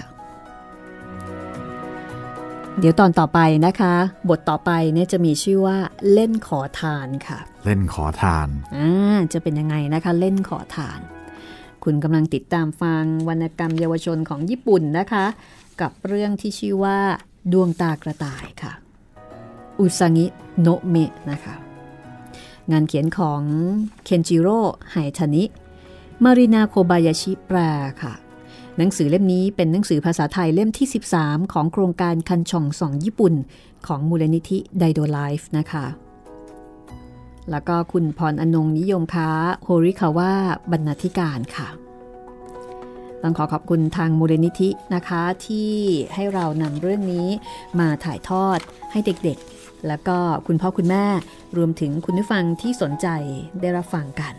S2: เดี๋ยวตอนต่อไปนะคะบทต่อไปเนี่ยจะมีชื่อว่าเล่นขอทานค่ะ
S1: เล่นขอทาน
S2: อ่าจะเป็นยังไงนะคะเล่นขอทานคุณกำลังติดตามฟังวรรณกรรมเยาวชนของญี่ปุ่นนะคะกับเรื่องที่ชื่อว่าดวงตากระต่ายค่ะอุซางิโนะเมะนะคะงานเขียนของเคนจิโร่ไฮทานิมารินาโคบายาชิแปลค่ะหนังสือเล่มนี้เป็นหนังสือภาษาไทยเล่มที่สิบสามของโครงการคันช่องส่องญี่ปุ่นของมูลนิธิไดโดไลฟ์นะคะแล้วก็คุณพรอนงนิยมค้าโฮริคาวะบรรณาธิการค่ะต้องขอขอบคุณทางมูลนิธินะคะที่ให้เรานำเรื่องนี้มาถ่ายทอดให้เด็กๆแล้วก็คุณพ่อคุณแม่รวมถึงคุณผู้ฟังที่สนใจได้รับฟังกัน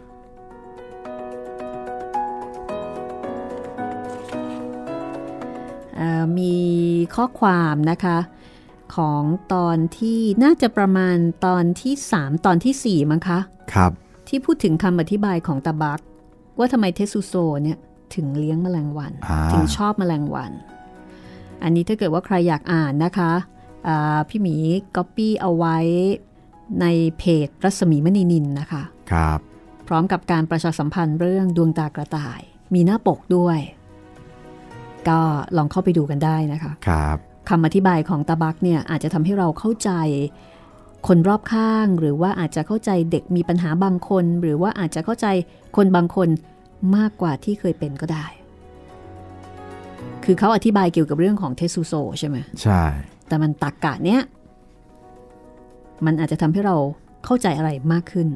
S2: มีข้อความนะคะของตอนที่น่าจะประมาณตอนที่สามตอนที่สี่มั้งคะ
S1: ครับ
S2: ที่พูดถึงคำอธิบายของตาบักว่าทำไมเทสุโซเนี่ยถึงเลี้ยงแมลงวันถึงชอบแมลงวันอันนี้ถ้าเกิดว่าใครอยากอ่านนะคะพี่หมีก๊อปปี้เอาไว้ในเพจรัศมีมณีนินนะคะ
S1: ครับ
S2: พร้อมกับการประชาสัมพันธ์เรื่องดวงตากระต่ายมีหน้าปกด้วยก็ลองเข้าไปดูกันได้นะคะ
S1: ครับ
S2: คำอธิบายของตาบักเนี่ยอาจจะทำให้เราเข้าใจคนรอบข้างหรือว่าอาจจะเข้าใจเด็กมีปัญหาบางคนหรือว่าอาจจะเข้าใจคนบางคนมากกว่าที่เคยเป็นก็ได้คือเขาอธิบายเกี่ยวกับเรื่องของเทสุโซใช่ไหม
S1: ใช่
S2: แต่มันตรรกะเนี้ยมันอาจจะทำให้เราเข้าใจอะไรมากขึ้น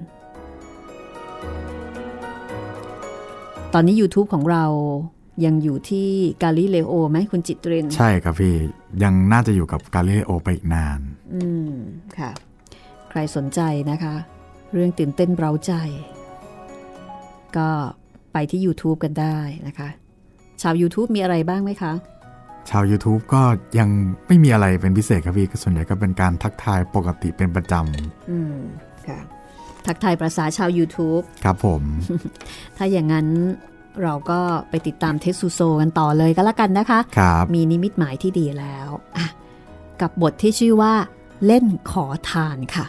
S2: ตอนนี้ YouTube ของเรายังอยู่ที่กาลิเลโอไหมคุณจิตเรน
S1: ใช่ครับพี่ยังน่าจะอยู่กับกาลิเลโอไปอีกนาน
S2: อืมค่ะใครสนใจนะคะเรื่องตื่นเต้นเร้าใจก็ไปที่ YouTube กันได้นะคะชาว YouTube มีอะไรบ้างไหมคะ
S1: ชาว YouTube ก็ยังไม่มีอะไรเป็นพิเศษครับพี่ส่วนใหญ่ก็เป็นการทักทายปกติเป็นประจำ
S2: อืมค่ะทักทายภาษาชาว YouTube
S1: ครับผม
S2: ถ้าอย่างนั้นเราก็ไปติดตามเทสุโซกันต่อเลยก็แล้วกันนะคะ
S1: ครับ
S2: มีนิมิตหมายที่ดีแล้วอ่ะกับบทที่ชื่อว่าเล่นขอทานค่ะ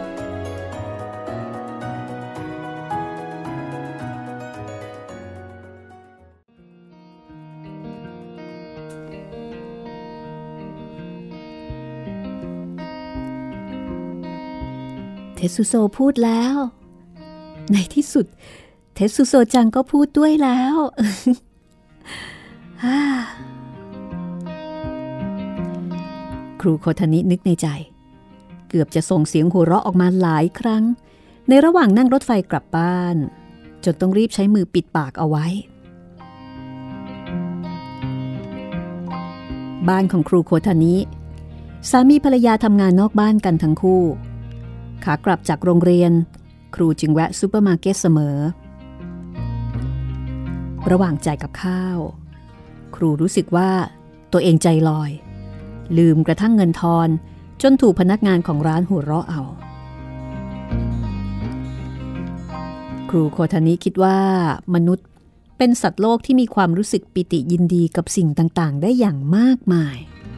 S2: เทสุโซพูดแล้วในที่สุดเทสุโซจังก็พูดด้วยแล้ว ครูโคทานินึกในใจเกือบจะส่งเสียงหัวเราะออกมาหลายครั้งในระหว่างนั่งรถไฟกลับบ้านจนต้องรีบใช้มือปิดปากเอาไว้บ้านของครูโคทานิสามีภรรยาทำงานนอกบ้านกันทั้งคู่ขากลับจากโรงเรียนครูจึงแวะซูเปอร์มาร์เก็ตเสมอระหว่างจ่ายกับข้าวครูรู้สึกว่าตัวเองใจลอยลืมกระทั่งเงินทอนจนถูกพนักงานของร้านหัวเราะเอาครูโคทานิคิดว่ามนุษย์เป็นสัตว์โลกที่มีความรู้สึกปิติยินดีกับสิ่งต่างๆได้อย่างมากมาย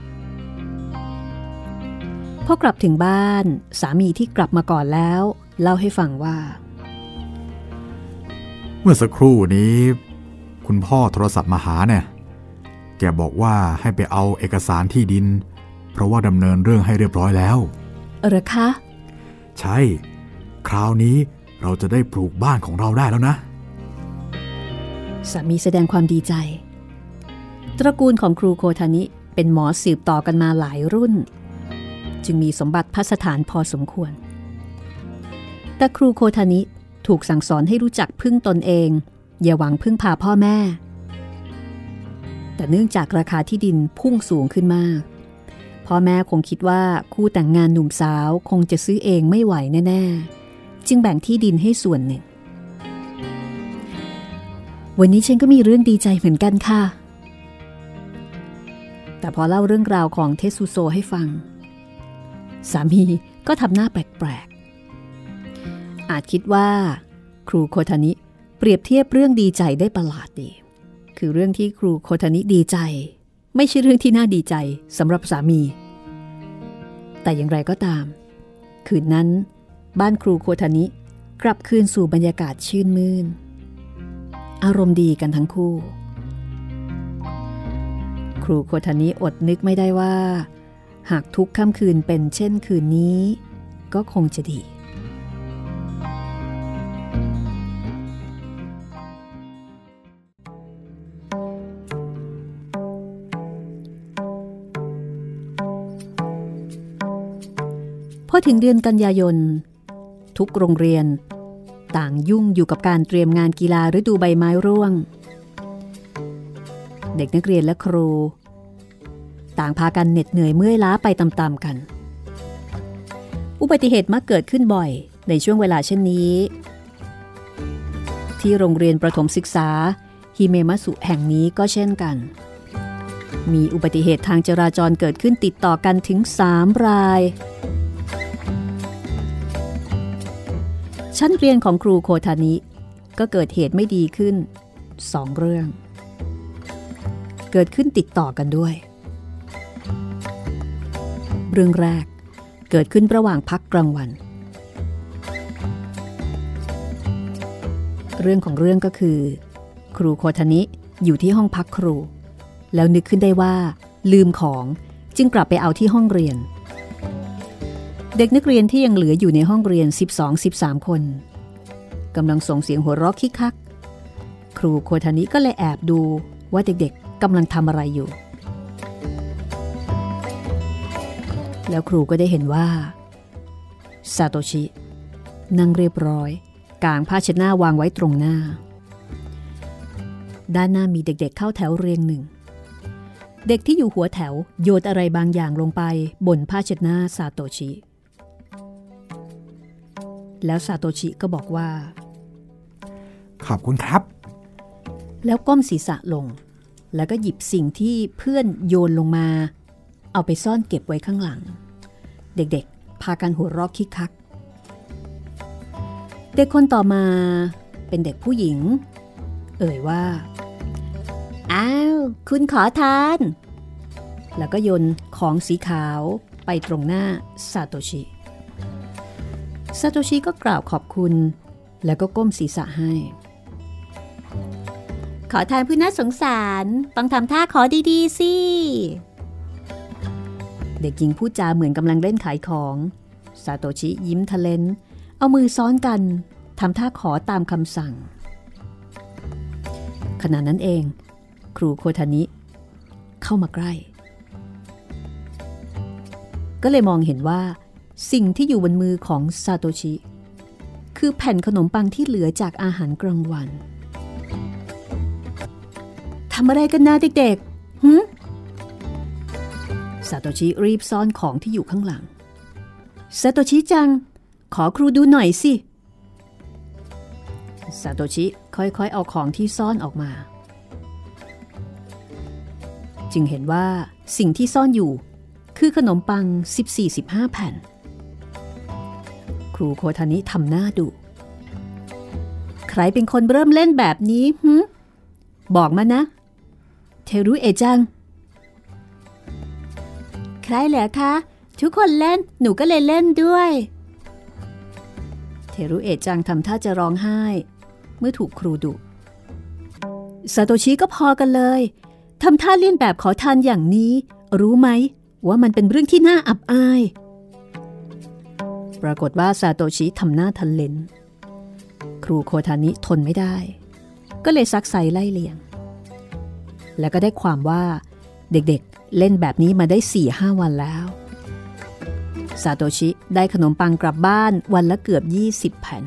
S2: พอกลับถึงบ้านสามีที่กลับมาก่อนแล้วเล่าให้ฟังว่า
S1: เมื่อสักครู่นี้คุณพ่อโทรศัพท์มาหาเนี่ยแกบอกว่าให้ไปเอาเอกสารที่ดินเพราะว่าดำเนินเรื่องให้เรียบร้อยแล้ว
S2: เหรอคะ
S1: ใช่คราวนี้เราจะได้ปลูกบ้านของเราได้แล้วนะ
S2: สามีแสดงความดีใจตระกูลของครูโคทานิเป็นหมอสืบต่อกันมาหลายรุ่นจึงมีสมบัติพัสถานพอสมควรแต่ครูโคทานิถูกสั่งสอนให้รู้จักพึ่งตนเองอย่าหวังพึ่งพาพ่อแม่แต่เนื่องจากราคาที่ดินพุ่งสูงขึ้นมากพ่อแม่คงคิดว่าคู่แต่งงานหนุ่มสาวคงจะซื้อเองไม่ไหวแน่ๆจึงแบ่งที่ดินให้ส่วนหนึ่งวันนี้ฉันก็มีเรื่องดีใจเหมือนกันค่ะแต่พอเล่าเรื่องราวของเทสุโซให้ฟังสามีก็ทำหน้าแปลกๆอาจคิดว่าครูโคทานิเปรียบเทียบเรื่องดีใจได้ประหลาดดีคือเรื่องที่ครูโคทานิดีใจไม่ใช่เรื่องที่น่าดีใจสำหรับสามีแต่อย่างไรก็ตามคืนนั้นบ้านครูโคทานิกลับคืนสู่บรรยากาศชื่นมื่นอารมณ์ดีกันทั้งคู่ครูโคทานิอดนึกไม่ได้ว่าหากทุกค่ำคืนเป็นเช่นคืนนี้ก็คงจะดีพอถึงเดือนกันยายนทุกโรงเรียนต่างยุ่งอยู่กับการเตรียมงานกีฬาฤดูใบไม้ร่วงเด็กนักเรียนและครูต่างพากันเหน็ดเหนื่อยเมื่อยล้าไปตามๆกันอุบัติเหตุมักเกิดขึ้นบ่อยในช่วงเวลาเช่นนี้ที่โรงเรียนประถมศึกษาฮิเมมัสุแห่งนี้ก็เช่นกันมีอุบัติเหตุทางจราจรเกิดขึ้นติดต่อกันถึงสามรายชั้นเรียนของครูโคทานิก็เกิดเหตุไม่ดีขึ้นสองเรื่องเกิดขึ้นติดต่อกันด้วยเรื่องแรกเกิดขึ้นระหว่างพักกลางวันเรื่องของเรื่องก็คือครูโคทานิอยู่ที่ห้องพักครูแล้วนึกขึ้นได้ว่าลืมของจึงกลับไปเอาที่ห้องเรียนเด็กนักเรียนที่ยังเหลืออยู่ในห้องเรียน สิบสอง สิบสาม คนกำลังส่งเสียงหัวเราะคิกคักครูโคทานิก็เลยแอบดูว่าเด็กๆกำลังทำอะไรอยู่แล้วครูก็ได้เห็นว่าซาโตชินั่งเรียบร้อยกางผ้าเช็ดหน้าวางไว้ตรงหน้าด้านหน้ามีเด็กๆเข้าแถวเรียงหนึ่งเด็กที่อยู่หัวแถวโยนอะไรบางอย่างลงไปบนผ้าเช็ดหน้าซาโตชิแล้วซาโตชิก็บอกว่า
S1: ขอบคุณครับ
S2: แล้วก้มศีรษะลงแล้วก็หยิบสิ่งที่เพื่อนโยนลงมาเอาไปซ่อนเก็บไว้ข้างหลังเด็กๆพากันหัวเราะคิกคักเด็กคนต่อมาเป็นเด็กผู้หญิงเอ่ยว่าอ้าวคุณขอทานแล้วก็โยนของสีขาวไปตรงหน้าซาโตชิซาโตชิก็กล่าวขอบคุณแล้วก็ก้มศีรษะให้ขอทานผู้น่าสงสารต้องทำท่าขอดีๆสิเด็กหญิงพูดจาเหมือนกำลังเล่นขายของซาโตชิยิ้มทะเลนเอามือซ้อนกันทำท่าขอตามคำสั่งขณะนั้นเองครูโคทานิเข้ามาใกล้ก็เลยมองเห็นว่าสิ่งที่อยู่บนมือของซาโตชิคือแผ่นขนมปังที่เหลือจากอาหารกลางวันทำอะไรกันนะเด็กๆหึซาโตชิรีบซ่อนของที่อยู่ข้างหลังซาโตชิจังขอครูดูหน่อยสิซาโตชิค่อยๆเอาของที่ซ่อนออกมาจึงเห็นว่าสิ่งที่ซ่อนอยู่คือขนมปัง สิบสี่ สิบห้า แผ่นครูโคทานิทำหน้าดุใครเป็นคนเริ่มเล่นแบบนี้หึบอกมานะเทรุเอะจังใครเหรอคะทุกคนเล่นหนูก็เลยเล่นด้วยเทรุเอะจังทำท่าจะร้องไห้เมื่อถูกครูดุซาโตชิก็พอกันเลยทำท่าเลียนแบบขอทานอย่างนี้รู้ไหมว่ามันเป็นเรื่องที่น่าอับอายปรากฏว่าซาโตชิทำหน้าทันเลนครูโคทานิทนไม่ได้ก็เลยซักไซไล่เลียงแล้วก็ได้ความว่าเด็กๆเล่นแบบนี้มาได้ สี่ห้า วันแล้วซาโตชิได้ขนมปังกลับบ้านวันละเกือบยี่สิบแผ่น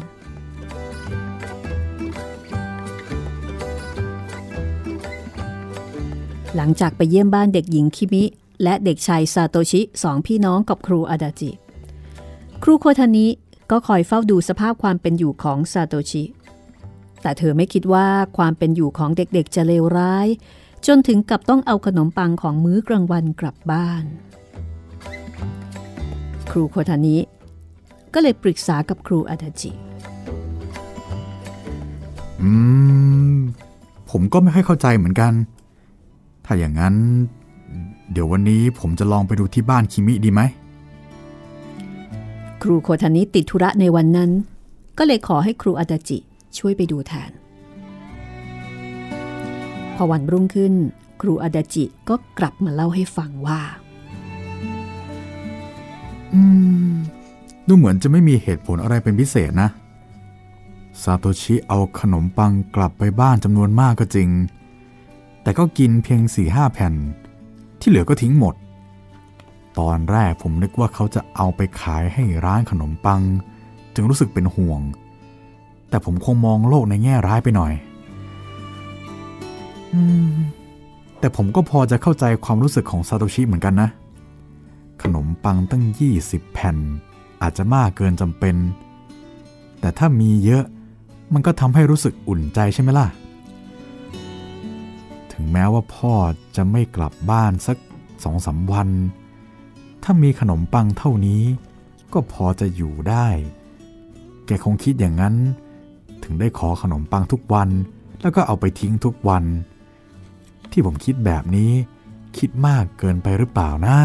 S2: หลังจากไปเยี่ยมบ้านเด็กหญิงคิมิและเด็กชายซาโตชิสองพี่น้องกับครูอาดาจิครูโคทานิก็คอยเฝ้าดูสภาพความเป็นอยู่ของซาโตชิแต่เธอไม่คิดว่าความเป็นอยู่ของเด็กๆจะเลวร้ายจนถึงกับต้องเอาขนมปังของมื้อกลางวันกลับบ้านครูโคทานิก็เลยปรึกษากับครูอาดาจิ
S1: อืมผมก็ไม่ค่อยเข้าใจเหมือนกันถ้าอย่างนั้นเดี๋ยววันนี้ผมจะลองไปดูที่บ้านคิมิดีไหม
S2: ครูโคทานิติดธุระในวันนั้นก็เลยขอให้ครูอาดาจิช่วยไปดูแทนพอวันรุ่งขึ้นครูอาดาจิก็กลับมาเล่าให้ฟังว่า
S1: อืมดูเหมือนจะไม่มีเหตุผลอะไรเป็นพิเศษนะซาโตชิเอาขนมปังกลับไปบ้านจำนวนมากก็จริงแต่ก็กินเพียง สี่ห้า แผ่นที่เหลือก็ทิ้งหมดตอนแรกผมนึกว่าเขาจะเอาไปขายให้ร้านขนมปังจึงรู้สึกเป็นห่วงแต่ผมคงมองโลกในแง่ร้ายไปหน่อยอืมแต่ผมก็พอจะเข้าใจความรู้สึกของซาโตชิเหมือนกันนะขนมปังตั้งยี่สิบแผ่นอาจจะมากเกินจำเป็นแต่ถ้ามีเยอะมันก็ทำให้รู้สึกอุ่นใจใช่ไหมล่ะถึงแม้ว่าพ่อจะไม่กลับบ้านสัก สองสาม วันถ้ามีขนมปังเท่านี้ก็พอจะอยู่ได้แกคงคิดอย่างนั้นถึงได้ขอขนมปังทุกวันแล้วก็เอาไปทิ้งทุกวันที่ผมคิดแบบนี้คิดมากเกินไปหรือเปล่านะ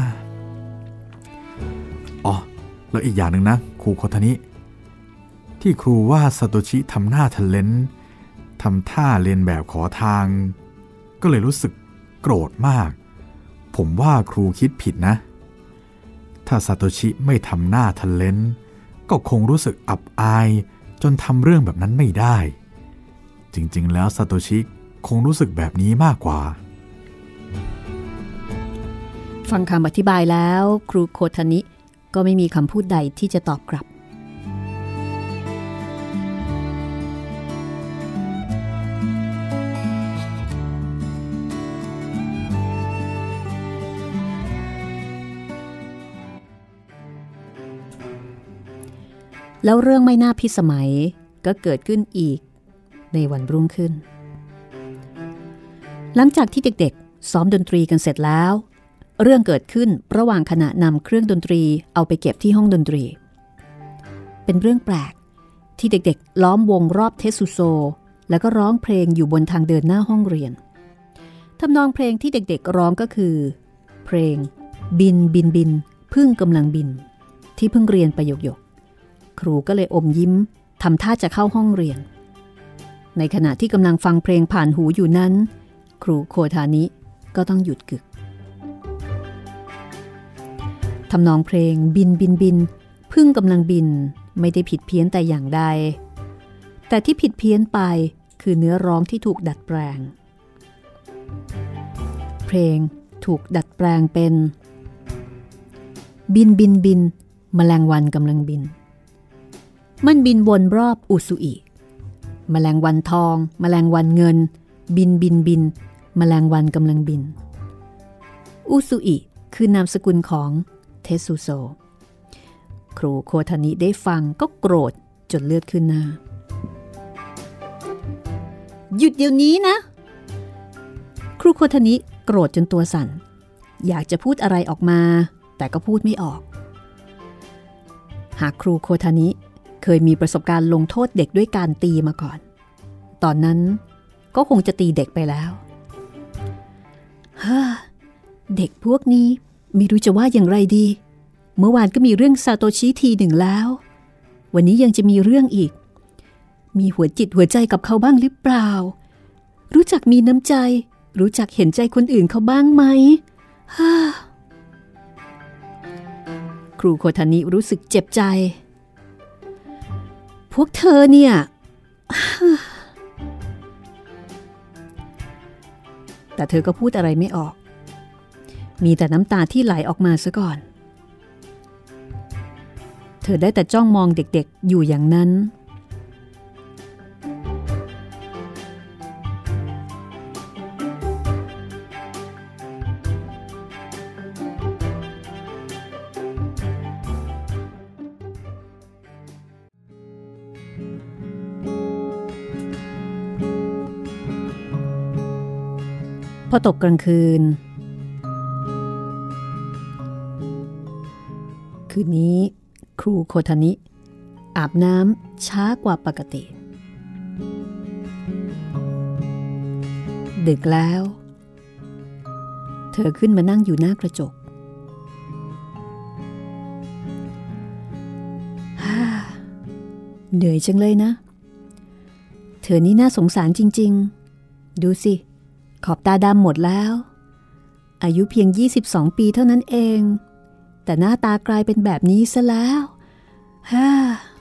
S1: อ๋อแล้วอีกอย่างหนึ่งนะครูโคทานิที่ครูว่าซาโตชิทำหน้าทะเลนทำท่าเลียนแบบขอทางก็เลยรู้สึกโกรธมากผมว่าครูคิดผิดนะถ้าซาโตชิไม่ทำหน้าทะเลนก็คงรู้สึกอับอายจนทำเรื่องแบบนั้นไม่ได้จริงๆแล้วซาโตชิคงรู้สึกแบบนี้มากกว่า
S2: ฟังคำอธิบายแล้วครูโคทานิก็ไม่มีคำพูดใดที่จะตอบกลับแล้วเรื่องไม่น่าพิสมัยก็เกิดขึ้นอีกในวันรุ่งขึ้นหลังจากที่เด็กๆซ้อมดนตรีกันเสร็จแล้วเรื่องเกิดขึ้นระหว่างขณะนำเครื่องดนตรีเอาไปเก็บที่ห้องดนตรีเป็นเรื่องแปลกที่เด็กๆล้อมวงรอบเทสุโซแล้วก็ร้องเพลงอยู่บนทางเดินหน้าห้องเรียนทำนองเพลงที่เด็กๆร้องก็คือเพลงบินบินบินพึ่งกำลังบินที่เพิ่งเรียนไปหยกๆครูก็เลยอมยิ้มทำท่าจะเข้าห้องเรียนในขณะที่กำลังฟังเพลงผ่านหูอยู่นั้นครูโคทานิก็ต้องหยุดกึกทำนองเพลงบินบินบินพึ่งกำลังบินไม่ได้ผิดเพี้ยนแต่อย่างใดแต่ที่ผิดเพี้ยนไปคือเนื้อร้องที่ถูกดัดแปลงเพลงถูกดัดแปลงเป็นบินบินบินแมลงวันกำลังบินมันบินวนรอบอุสุอิแมลงวันทองแมลงวันเงินบินบินบินแมลงวันกำลังบินอุสุอิคือนามสกุลของเทสุโซครูโคทานิได้ฟังก็โกรธจนเลือดขึ้นหน้าหยุดเดี๋ยวนี้นะครูโคทานิโกรธจนตัวสั่นอยากจะพูดอะไรออกมาแต่ก็พูดไม่ออกหากครูโคทานิเคยมีประสบการณ์ลงโทษเด็กด้วยการตีมาก่อนตอนนั้นก็คงจะตีเด็กไปแล้วฮ่าเด็กพวกนี้ไม่รู้จะว่าอย่างไรดีเมื่อวานก็มีเรื่องซาโตชิทีหนึ่งแล้ววันนี้ยังจะมีเรื่องอีกมีหัวจิตหัวใจกับเขาบ้างหรือเปล่ารู้จักมีน้ำใจรู้จักเห็นใจคนอื่นเขาบ้างไหมฮ่าครูโคทานิรู้สึกเจ็บใจพวกเธอเนี่ยแต่เธอก็พูดอะไรไม่ออกมีแต่น้ำตาที่ไหลออกมาซะก่อนเธอได้แต่จ้องมองเด็กๆอยู่อย่างนั้นพอตกกลางคืนคืนนี้ครูโคทานิอาบน้ำช้ากว่าปกติดึกแล้วเธอขึ้นมานั่งอยู่หน้ากระจกฮ่าเหนื่อยจังเลยนะเธอนี่น่าสงสารจริงๆดูสิขอบตาดำหมดแล้วอายุเพียงยี่สิบสองปีเท่านั้นเองแต่หน้าตากลายเป็นแบบนี้ซะแล้วฮ่า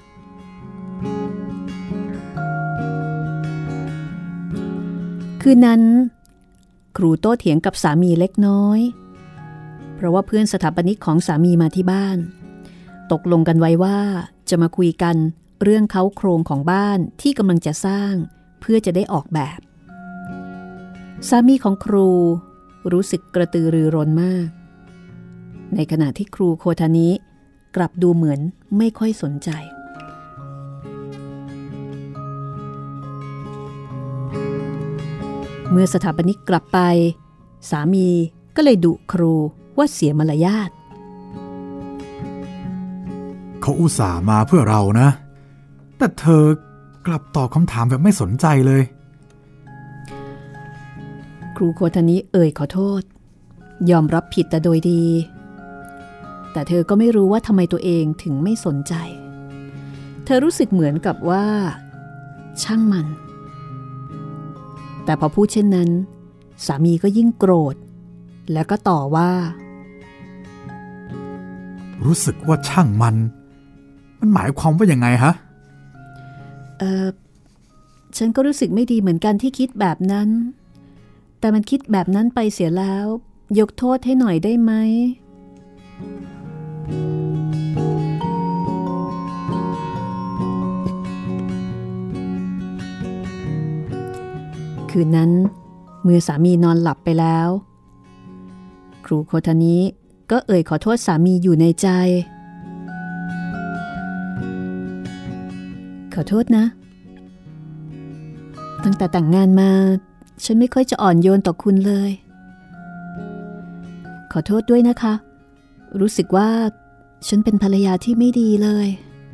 S2: คืนนั้นครูโต้เถียงกับสามีเล็กน้อยเพราะว่าเพื่อนสถาปนิกของสามีมาที่บ้านตกลงกันไว้ว่าจะมาคุยกันเรื่องเค้าโครงของบ้านที่กำลังจะสร้างเพื่อจะได้ออกแบบสามีของครูรู้สึกกระตือรือร้นมากในขณะที่ครูโคทานิกลับดูเหมือนไม่ค่อยสนใจเมื่อสถาปนิกกลับไปสามีก็เลยดุครูว่าเสียมารยาท
S1: เขาอุตส่าห์มาเพื่อเรานะแต่เธอกลับตอบคำถามแบบไม่สนใจเลย
S2: ครูโคทานิเอ่ยขอโทษยอมรับผิดแต่โดยดีแต่เธอก็ไม่รู้ว่าทำไมตัวเองถึงไม่สนใจเธอรู้สึกเหมือนกับว่าช่างมันแต่พอพูดเช่นนั้นสามีก็ยิ่งโกรธแล้วก็ต่อว่า
S1: รู้สึกว่าช่างมันมันหมายความว่ายังไงฮะ
S2: เออฉันก็รู้สึกไม่ดีเหมือนกันที่คิดแบบนั้นแต่มันคิดแบบนั้นไปเสียแล้วยกโทษให้หน่อยได้ไหมคืนนั้นเมื่อสามีนอนหลับไปแล้วครูโคทานิก็เอ่ยขอโทษสามีอยู่ในใจขอโทษนะตั้งแต่แต่งงานมาฉันไม่ค่อยจะอ่อนโยนต่อคุณเลยขอโทษด้วยนะคะรู้สึกว่าฉันเป็นภรรยาที่ไม่ดีเลย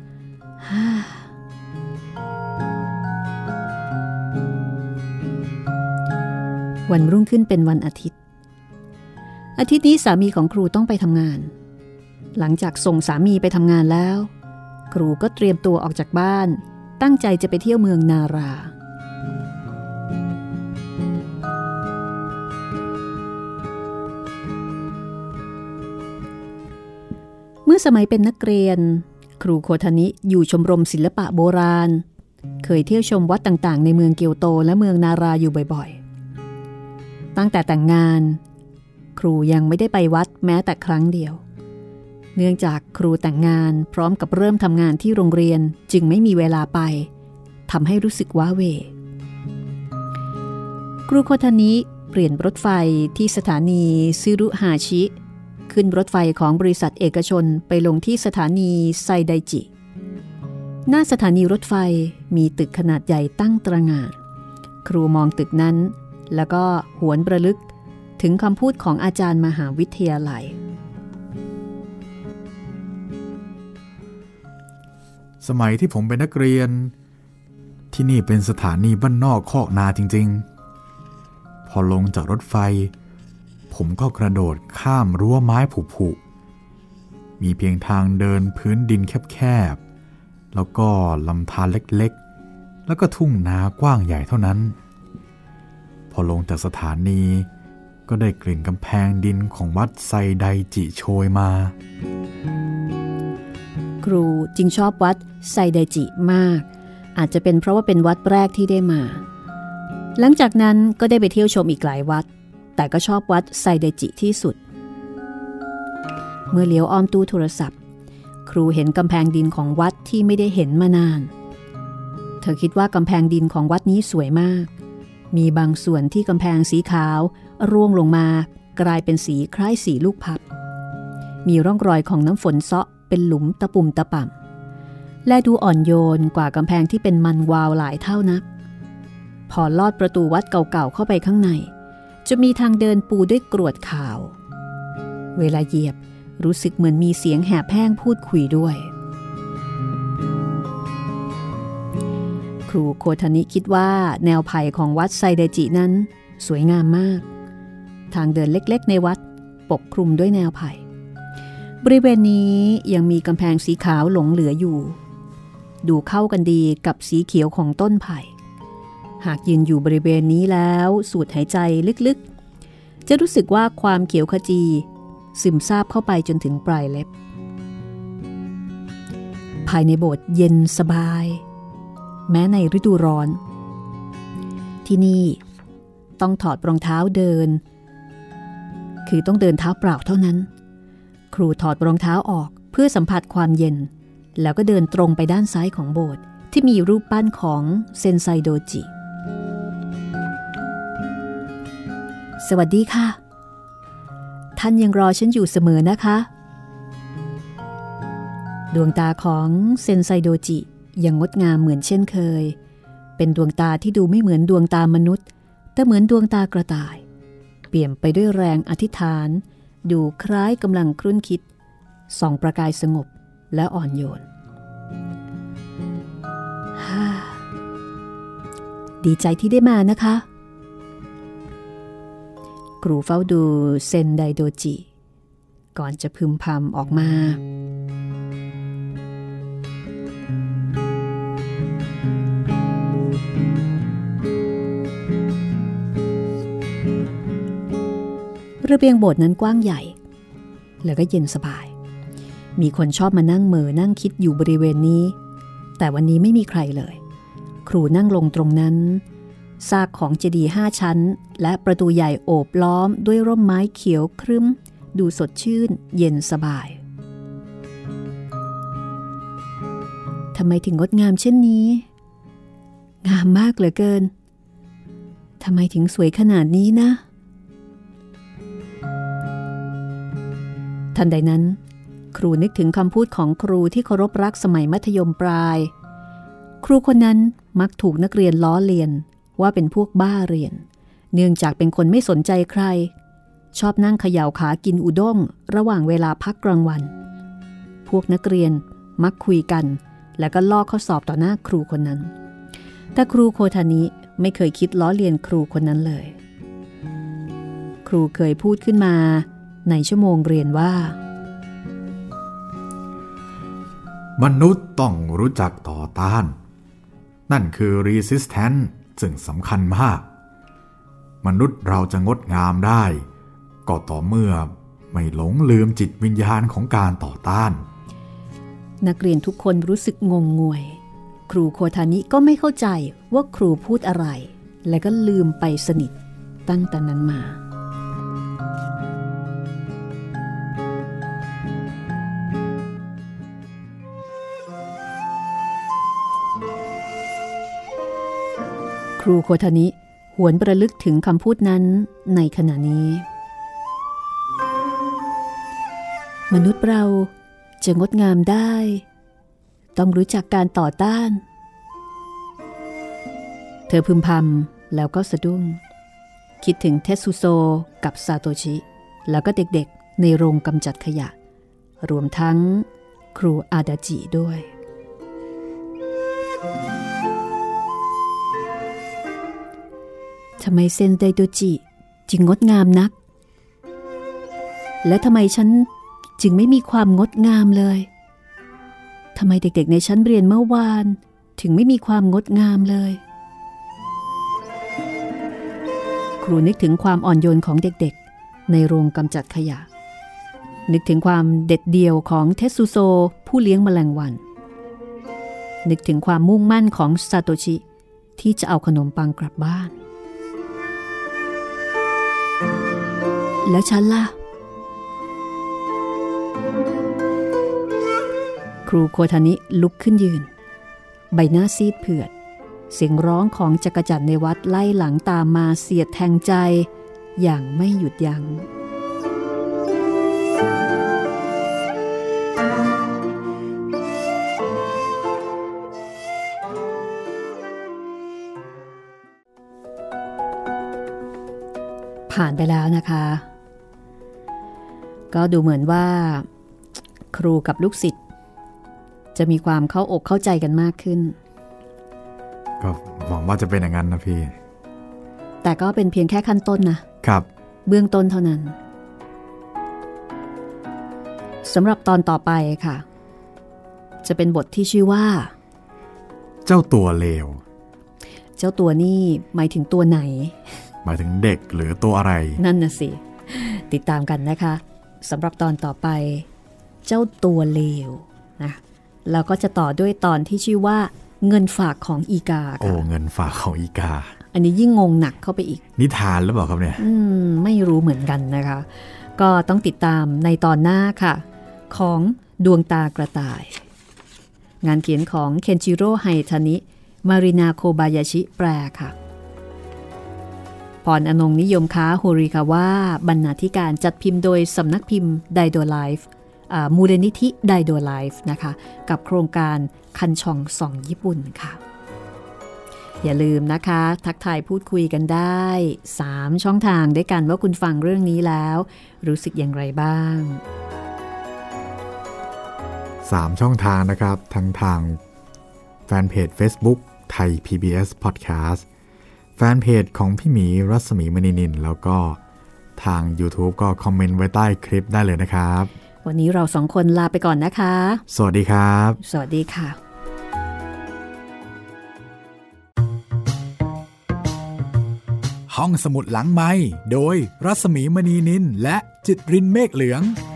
S2: วันรุ่งขึ้นเป็นวันอาทิตย์อาทิตย์นี้สามีของครูต้องไปทำงานหลังจากส่งสามีไปทำงานแล้วครูก็เตรียมตัวออกจากบ้านตั้งใจจะไปเที่ยวเมืองนาราเมื่อสมัยเป็นนักเรียนครูโคทานิอยู่ชมรมศิลปะโบราณเคยเที่ยวชมวัดต่างๆในเมืองเกียวโตและเมืองนาราอยู่บ่อยๆตั้งแต่แต่งงานครูยังไม่ได้ไปวัดแม้แต่ครั้งเดียวเนื่องจากครูแต่งงานพร้อมกับเริ่มทำงานที่โรงเรียนจึงไม่มีเวลาไปทำให้รู้สึกว้าเหวครูโคทานิเปลี่ยนรถไฟที่สถานีซึรุฮาชิขึ้นรถไฟของบริษัทเอกชนไปลงที่สถานีไซไดจิหน้าสถานีรถไฟมีตึกขนาดใหญ่ตั้งตระหง่านครูมองตึกนั้นแล้วก็หวนระลึกถึงคำพูดของอาจารย์มหาวิทยาลัย
S1: สมัยที่ผมเป็นนักเรียนที่นี่เป็นสถานีบ้านนอกคอกนาจริงๆพอลงจากรถไฟผมก็กระโดดข้ามรั้วไม้ผุๆมีเพียงทางเดินพื้นดินแคบๆแล้วก็ลำธารเล็กๆแล้วก็ทุ่งนากว้างใหญ่เท่านั้นพอลงจากสถานีก็ได้กลิ่นกำแพงดินของวัดไซไดจิโชยมา
S2: ครูจึงชอบวัดไซไดจิมากอาจจะเป็นเพราะว่าเป็นวัดแรกที่ได้มาหลังจากนั้นก็ได้ไปเที่ยวชมอีกหลายวัดแต่ก็ชอบวัดไซไดจิที่สุดเมื่อเลี้ยวอ้อมตู้โทรศัพท์ครูเห็นกำแพงดินของวัดที่ไม่ได้เห็นมานานเธอคิดว่ากำแพงดินของวัดนี้สวยมากมีบางส่วนที่กำแพงสีขาวร่วงลงมากลายเป็นสีคล้ายสีลูกพับมีร่องรอยของน้ำฝนเซาะเป็นหลุมตะปุ่มตะป่ำและดูอ่อนโยนกว่ากำแพงที่เป็นมันวาวหลายเท่านักพอลอดประตูวัดเก่าๆเข้าไปข้างในจะมีทางเดินปูด้วยกรวดขาวเวลาเหยียบรู้สึกเหมือนมีเสียงแหบแห้งพูดคุยด้วยครูโคทานิคิดว่าแนวไผ่ของวัดไซไดจินั้นสวยงามมากทางเดินเล็กๆในวัดปกคลุมด้วยแนวไผ่บริเวณนี้ยังมีกำแพงสีขาวหลงเหลืออยู่ดูเข้ากันดีกับสีเขียวของต้นไผ่หากยืนอยู่บริเวณนี้แล้วสูดหายใจลึกๆจะรู้สึกว่าความเขียวขจีซึมซาบเข้าไปจนถึงปลายเล็บภายในโบสถ์เย็นสบายแม้ในฤดูร้อนที่นี่ต้องถอดรองเท้าเดินคือต้องเดินเท้าเปล่าเท่านั้นครูถอดรองเท้าออกเพื่อสัมผัสความเย็นแล้วก็เดินตรงไปด้านซ้ายของโบสถ์ที่มีรูปปั้นของเซนไซโดจิสวัสดีค่ะท่านยังรอฉันอยู่เสมอนะคะดวงตาของเซนไซโดจิยังงดงามเหมือนเช่นเคยเป็นดวงตาที่ดูไม่เหมือนดวงตามนุษย์แต่เหมือนดวงตากระต่ายเปี่ยมไปด้วยแรงอธิษฐานดูคล้ายกำลังครุ่นคิดส่องประกายสงบและอ่อนโยนดีใจที่ได้มานะคะครูเฝ้าดูเซนไดโดจิก่อนจะพึมพำออกมาระเบียงโบสถ์นั้นกว้างใหญ่แล้วก็เย็นสบายมีคนชอบมานั่งเหม่อนั่งคิดอยู่บริเวณนี้แต่วันนี้ไม่มีใครเลยครูนั่งลงตรงนั้นซากของเจดีย์ห้าชั้นและประตูใหญ่โอบล้อมด้วยร่มไม้เขียวครึ้มดูสดชื่นเย็นสบายทำไมถึงงดงามเช่นนี้งามมากเหลือเกินทำไมถึงสวยขนาดนี้นะทันใดนั้นครูนึกถึงคำพูดของครูที่เคารพรักสมัยมัธยมปลายครูคนนั้นมักถูกนักเรียนล้อเลียนว่าเป็นพวกบ้าเรียนเนื่องจากเป็นคนไม่สนใจใครชอบนั่งเขย่าขากินอุด้งระหว่างเวลาพักกลางวันพวกนักเรียนมักคุยกันแล้วก็ลอกข้อสอบต่อหน้าครูคนนั้นแต่ครูโคทานิไม่เคยคิดล้อเลียนครูคนนั้นเลยครูเคยพูดขึ้นมาในชั่วโมงเรียนว่
S1: ามนุษย์ต้องรู้จักต่อต้านนั่นคือ resistance ซึ่งสำคัญมากมนุษย์เราจะงดงามได้ก็ต่อเมื่อไม่หลงลืมจิตวิญญาณของการต่อต้าน
S2: นักเรียนทุกคนรู้สึกงงงวยครูโคทานิก็ไม่เข้าใจว่าครูพูดอะไรและก็ลืมไปสนิทตั้งแต่นั้นมาครูโคทานิหวนประลึกถึงคำพูดนั้นในขณะนี้มนุษย์เราจะงดงามได้ต้องรู้จักการต่อต้านเธอพึมพำแล้วก็สะดุ้งคิดถึงเทสุโซกับซาโตชิแล้วก็เด็กๆในโรงกำจัดขยะรวมทั้งครูอาดาจิด้วยทำไมเซนไดโดจิจึงงดงามนักและทำไมฉันจึงไม่มีความงดงามเลยทำไมเด็กๆในชั้นเรียนเมื่อวานถึงไม่มีความงดงามเลยครูนึกถึงความอ่อนโยนของเด็กๆในโรงกำจัดขยะนึกถึงความเด็ดเดี่ยวของเทสุโซผู้เลี้ยงแมลงวันนึกถึงความมุ่งมั่นของซาโตชิที่จะเอาขนมปังกลับบ้านแล้วฉันล่ะครูโคทานิลุกขึ้นยืนใบหน้าซีดเผือดเสียงร้องของจักรจั่นในวัดไล่หลังตามมาเสียดแทงใจอย่างไม่หยุดยัง้งผ่านไปแล้วนะคะก็ดูเหมือนว่าครูกับลูกศิษย์จะมีความเข้าอกเข้าใจกันมากขึ้น
S1: ก็หวังว่าจะเป็นอย่างนั้นนะพี่
S2: แต่ก็เป็นเพียงแค่ขั้นต้นนะครับเบื้องต้นเท่านั้นสำหรับตอนต่อไปค่ะจะเป็นบทที่ชื่อว่า
S1: เจ้าตัวเลว
S2: เจ้าตัวนี่หมายถึงตัวไหน
S1: หมายถึงเด็กหรือตัวอะไร
S2: นั่นน่ะสิติดตามกันนะคะสำหรับตอนต่อไปเจ้าตัวเลวนะแล้วก็จะต่อด้วยตอนที่ชื่อว่าเงินฝากของอีกาค่ะ
S1: โอ้เงินฝากของอีกา
S2: อันนี้ยิ่งงงหนักเข้าไปอีก
S1: นิทานหรือเปล่าครับเนี่ย
S2: อืมไม่รู้เหมือนกันนะคะก็ต้องติดตามในตอนหน้าค่ะของดวงตากระต่ายงานเขียนของเคนจิโร่ไฮทานิมารินาโคบายาชิแปลค่ะพรอนงนิยมค้าโฮริคาวะบรรณาธิการจัดพิมพ์โดยสำนักพิมพ์ไดโดไลฟ์มูลนิธิไดโดไลฟ์นะคะกับโครงการคันช่องส่องญี่ปุ่นค่ะอย่าลืมนะคะทักทายพูดคุยกันได้สามช่องทางด้วยกันว่าคุณฟังเรื่องนี้แล้วรู้สึกอย่างไรบ้าง
S1: สามช่องทางนะครับทั้งทางแฟนเพจ Facebook ไทย พี บี เอส Podcast แฟนเพจของพี่หมีรัศมีมณีนินแล้วก็ทาง YouTube ก็คอมเมนต์ไว้ใต้คลิปได้เลยนะครับ
S2: วันนี้เราสองคนลาไปก่อนนะคะ
S1: สวัสดีครับ
S2: สวัสดีค่ะ
S1: ห้องสมุดหลังไมค์โดยรัศมีมณีนินและจิตรินเมฆเหลือง